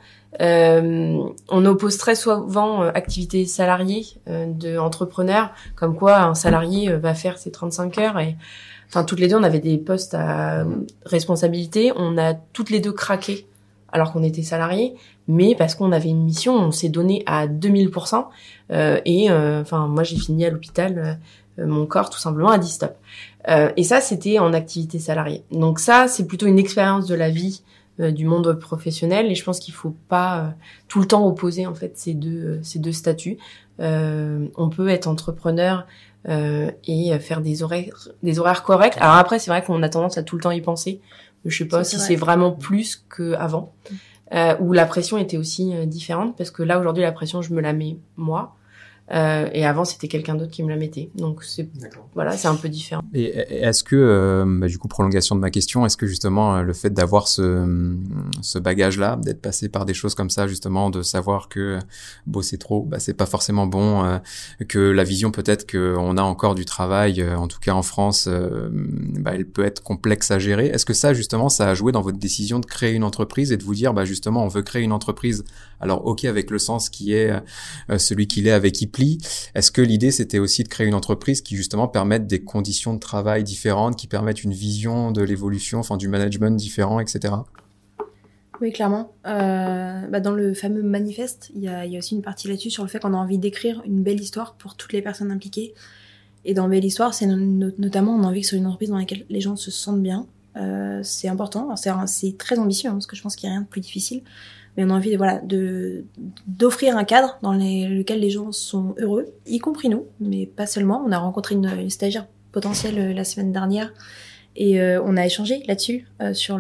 on oppose très souvent activité salariée de entrepreneur, comme quoi un salarié va faire ses 35 heures et enfin toutes les deux on avait des postes à responsabilité, on a toutes les deux craqué alors qu'on était salariés, mais parce qu'on avait une mission, on s'est donné à 2000%, enfin moi j'ai fini à l'hôpital, mon corps tout simplement a dit stop. Et ça c'était en activité salariée. Donc ça c'est plutôt une expérience de la vie du monde professionnel, et je pense qu'il faut pas tout le temps opposer en fait ces deux statuts. On peut être entrepreneur et faire des horaires corrects. Alors après c'est vrai qu'on a tendance à tout le temps y penser. Je sais pas si c'est vraiment plus qu'avant, où la pression était aussi différente, parce que là aujourd'hui la pression je me la mets moi. Et avant c'était quelqu'un d'autre qui me la mettait, donc c'est c'est un peu différent. Et est-ce que du coup, prolongation de ma question, est-ce que justement le fait d'avoir ce bagage là, d'être passé par des choses comme ça, justement de savoir que bosser trop, c'est pas forcément bon, que la vision peut-être que on a encore du travail, en tout cas en France, elle peut être complexe à gérer, est-ce que ça justement ça a joué dans votre décision de créer une entreprise et de vous dire justement on veut créer une entreprise, alors ok avec le sens qui est celui qu'il est avec Ipli. Est-ce que l'idée c'était aussi de créer une entreprise qui justement permette des conditions de travail différentes, qui permettent une vision de l'évolution, enfin du management différent, etc. Oui, clairement. Dans le fameux manifeste, il y a aussi une partie là-dessus sur le fait qu'on a envie d'écrire une belle histoire pour toutes les personnes impliquées. Et dans belle histoire, c'est notamment on a envie que ce soit une entreprise dans laquelle les gens se sentent bien. C'est important. C'est très ambitieux parce que je pense qu'il n'y a rien de plus difficile. Mais on a envie d'offrir un cadre dans lequel les gens sont heureux, y compris nous, mais pas seulement. On a rencontré une stagiaire potentielle la semaine dernière et on a échangé là-dessus sur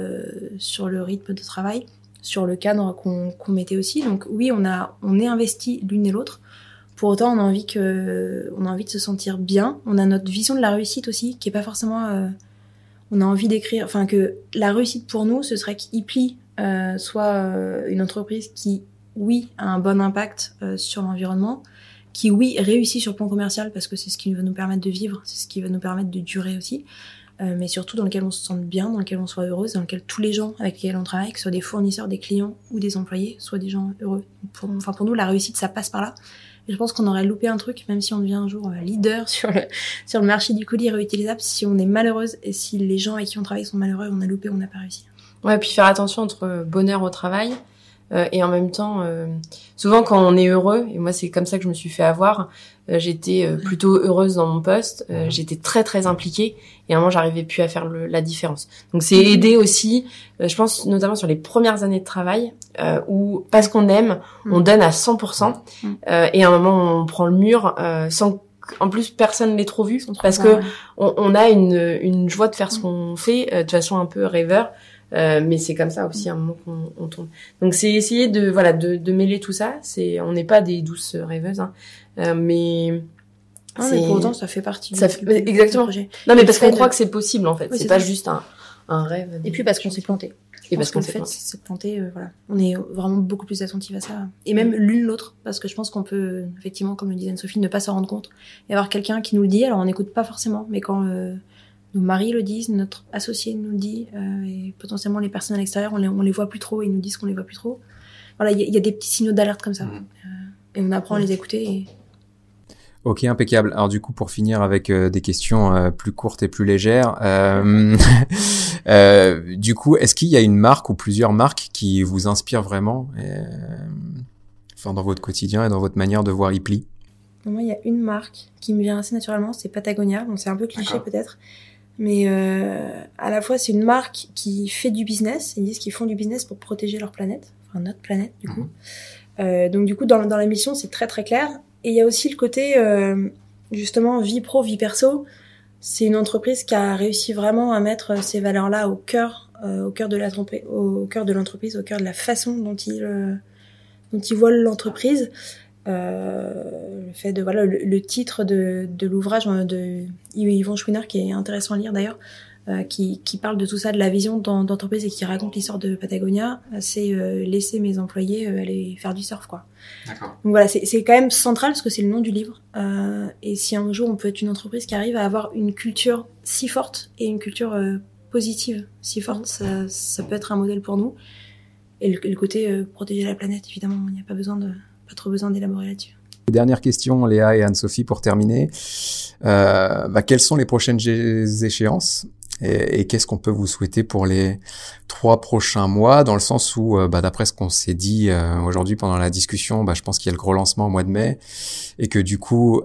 le rythme de travail, sur le cadre qu'on mettait aussi. Donc oui, on est investis l'une et l'autre. Pour autant, on a envie de se sentir bien. On a notre vision de la réussite aussi, qui est pas forcément. On a envie d'écrire, enfin que la réussite pour nous, ce serait qu'Ipli soit une entreprise qui, oui, a un bon impact sur l'environnement, qui, oui, réussit sur le plan commercial parce que c'est ce qui va nous permettre de vivre, c'est ce qui va nous permettre de durer aussi, mais surtout dans lequel on se sente bien, dans lequel on soit heureuse, dans lequel tous les gens avec lesquels on travaille, que ce soit des fournisseurs, des clients ou des employés, soient des gens heureux. Pour nous, la réussite, ça passe par là. Et je pense qu'on aurait loupé un truc, même si on devient un jour leader sur le marché du colis réutilisable, si on est malheureuse et si les gens avec qui on travaille sont malheureux, on a loupé, on n'a pas réussi. Ouais, puis faire attention entre bonheur au travail et en même temps, souvent quand on est heureux, et moi c'est comme ça que je me suis fait avoir, j'étais plutôt heureuse dans mon poste, j'étais très très impliquée et à un moment j'arrivais plus à faire la différence. Donc c'est aider aussi, je pense notamment sur les premières années de travail où parce qu'on aime, on donne à 100% et à un moment on prend le mur sans en plus personne l'ait trop vu parce que on a une joie de faire ce qu'on fait de façon un peu rêveur. Mais c'est comme ça aussi à un moment qu'on tombe. Donc c'est essayer de mêler tout ça. On n'est pas des douces rêveuses, mais mais pour autant ça fait partie exactement. Du projet. Non mais parce qu'on croit que c'est possible en fait. Oui, c'est pas juste un rêve. Et puis parce qu'on s'est planté. Et parce qu'on s'est planté, On est vraiment beaucoup plus attentifs à ça. Et même l'une l'autre, parce que je pense qu'on peut effectivement, comme le disait Anne-Sophie, ne pas s'en rendre compte et avoir quelqu'un qui nous le dit. Alors on n'écoute pas forcément, mais quand nos maris le disent, notre associé nous le dit, et potentiellement les personnes à l'extérieur, on les voit plus trop et ils nous disent qu'on les voit plus trop. Voilà, il y a des petits signaux d'alerte comme ça. Et on apprend à les écouter. Ok, impeccable. Alors du coup, pour finir avec des questions plus courtes et plus légères, du coup, est-ce qu'il y a une marque ou plusieurs marques qui vous inspirent vraiment, dans votre quotidien et dans votre manière de voir Ipli? Moi, il y a une marque qui me vient assez naturellement, c'est Patagonia. Bon, c'est un peu cliché peut-être, mais à la fois c'est une marque qui fait du business. Ils disent qu'ils font du business pour protéger leur planète, enfin notre planète du coup. Donc du coup, dans la mission, c'est très très clair. Et il y a aussi le côté, justement, vie pro, vie perso. C'est une entreprise qui a réussi vraiment à mettre ces valeurs-là au cœur de l'entreprise, au cœur de la façon dont ils voient l'entreprise. Le fait de, le titre de l'ouvrage de Yvon Chouinard, qui est intéressant à lire d'ailleurs, qui parle de tout ça, de la vision d'entreprise et qui raconte l'histoire de Patagonia, c'est laisser mes employés aller faire du surf, quoi. D'accord. Donc voilà, c'est quand même central parce que c'est le nom du livre. Et si un jour on peut être une entreprise qui arrive à avoir une culture si forte et une culture positive si forte, ça peut être un modèle pour nous. Et le côté protéger la planète, évidemment, il n'y a pas trop besoin d'élaborer là-dessus. Dernière question, Léa et Anne-Sophie, pour terminer. Quelles sont les prochaines échéances et qu'est-ce qu'on peut vous souhaiter pour les 3 prochains mois, dans le sens où, d'après ce qu'on s'est dit aujourd'hui pendant la discussion, je pense qu'il y a le gros lancement au mois de mai et que du coup,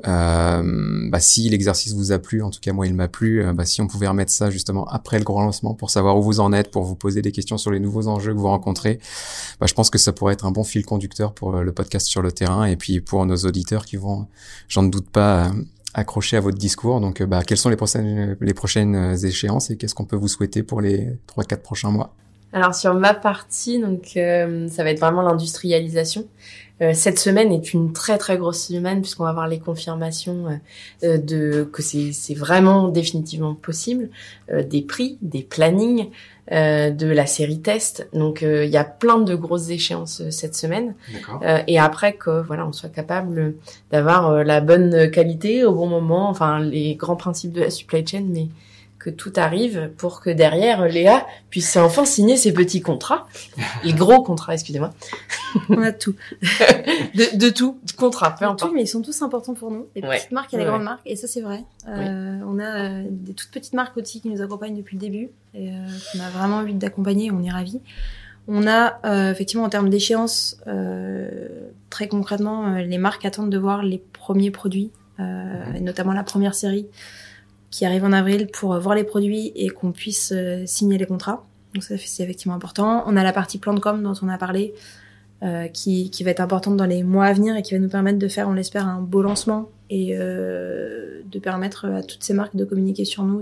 si l'exercice vous a plu, en tout cas moi il m'a plu, si on pouvait remettre ça justement après le gros lancement pour savoir où vous en êtes, pour vous poser des questions sur les nouveaux enjeux que vous rencontrez, je pense que ça pourrait être un bon fil conducteur pour le podcast Sur le terrain et puis pour nos auditeurs qui vont, j'en doute pas, accrocher à votre discours. Donc, quelles sont les prochaines échéances et qu'est-ce qu'on peut vous souhaiter pour les 3-4 prochains mois? Alors, sur ma partie, donc, ça va être vraiment l'industrialisation. Cette semaine est une très très grosse semaine puisqu'on va avoir les confirmations que c'est vraiment définitivement possible, des prix, des plannings, de la série test. Donc il y a plein de grosses échéances cette semaine. Et après que on soit capable d'avoir la bonne qualité au bon moment, enfin les grands principes de la supply chain, mais que tout arrive pour que derrière Léa puisse enfin signer ses petits contrats, les gros contrats, excusez-moi. On a tout. de tout, contrat, peu importe. Tout, mais ils sont tous importants pour nous. Les petites marques et les grandes marques, et ça c'est vrai. On a des toutes petites marques aussi qui nous accompagnent depuis le début et qu'on a vraiment envie d'accompagner, on est ravis. On a effectivement en termes d'échéance, très concrètement, les marques attendent de voir les premiers produits, et notamment la première série qui arrive en avril pour voir les produits et qu'on puisse signer les contrats. Donc ça, c'est effectivement important. On a la partie plan de com dont on a parlé, qui va être importante dans les mois à venir et qui va nous permettre de faire, on l'espère, un beau lancement et de permettre à toutes ces marques de communiquer sur nous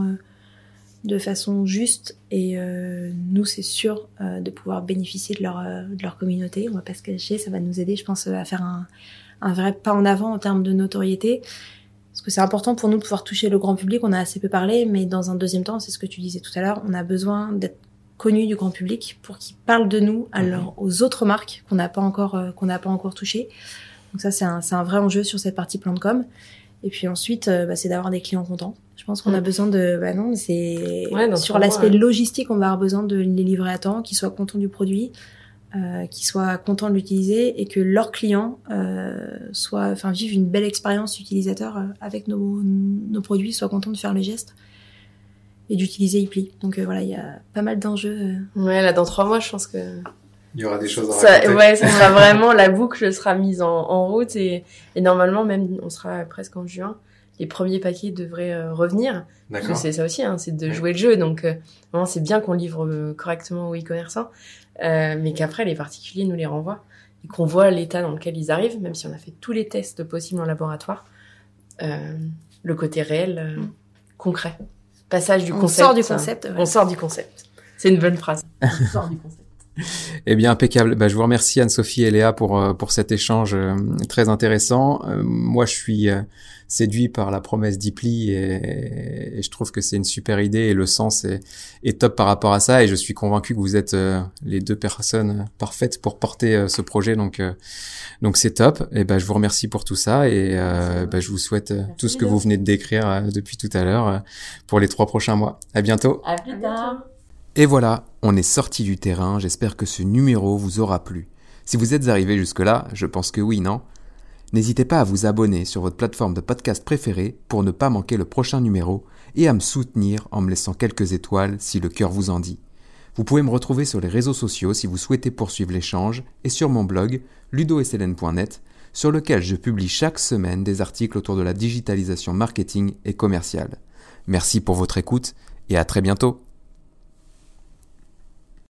de façon juste. Et nous, c'est sûr de pouvoir bénéficier de leur communauté. On va pas se cacher, ça va nous aider, je pense, à faire un vrai pas en avant en termes de notoriété. Parce que c'est important pour nous de pouvoir toucher le grand public, on a assez peu parlé, mais dans un deuxième temps, c'est ce que tu disais tout à l'heure, on a besoin d'être connus du grand public pour qu'ils parlent de nous aux autres marques qu'on n'a pas encore touchées. Donc ça, c'est un vrai enjeu sur cette partie plan de com. Et puis ensuite, c'est d'avoir des clients contents. Je pense qu'on a besoin de... sur l'aspect logistique, on va avoir besoin de les livrer à temps, qu'ils soient contents du produit, qui soient contents de l'utiliser et que leurs clients vivent une belle expérience utilisateur avec nos produits, soient contents de faire le geste et d'utiliser Ipli. Donc il y a pas mal d'enjeux. Ouais, là dans 3 mois, je pense que il y aura des choses à raconter. Ouais, ça sera vraiment la boucle sera mise en route et normalement même on sera presque en juin. Les premiers paquets devraient revenir. D'accord. Parce que c'est ça aussi, c'est de jouer le jeu. Donc vraiment, c'est bien qu'on livre correctement aux e-commerçants, mais qu'après les particuliers nous les renvoient et qu'on voit l'état dans lequel ils arrivent, même si on a fait tous les tests possibles en laboratoire. Le côté réel, concret. Passage du concept. On sort du concept. On sort du concept. C'est une bonne phrase. On sort du concept. Eh bien, impeccable. Je vous remercie Anne-Sophie et Léa pour cet échange très intéressant. Moi, je suis séduit par la promesse d'Ipli et je trouve que c'est une super idée et le sens est top par rapport à ça et je suis convaincu que vous êtes les 2 personnes parfaites pour porter ce projet. Donc c'est top. Et je vous remercie pour tout ça et je vous souhaite tout ce que vous venez de décrire depuis tout à l'heure pour les 3 prochains mois. À bientôt. À plus tard. Et voilà, on est sorti du terrain, j'espère que ce numéro vous aura plu. Si vous êtes arrivé jusque-là, je pense que oui, non ? N'hésitez pas à vous abonner sur votre plateforme de podcast préférée pour ne pas manquer le prochain numéro et à me soutenir en me laissant quelques étoiles si le cœur vous en dit. Vous pouvez me retrouver sur les réseaux sociaux si vous souhaitez poursuivre l'échange et sur mon blog ludoselene.net sur lequel je publie chaque semaine des articles autour de la digitalisation marketing et commerciale. Merci pour votre écoute et à très bientôt.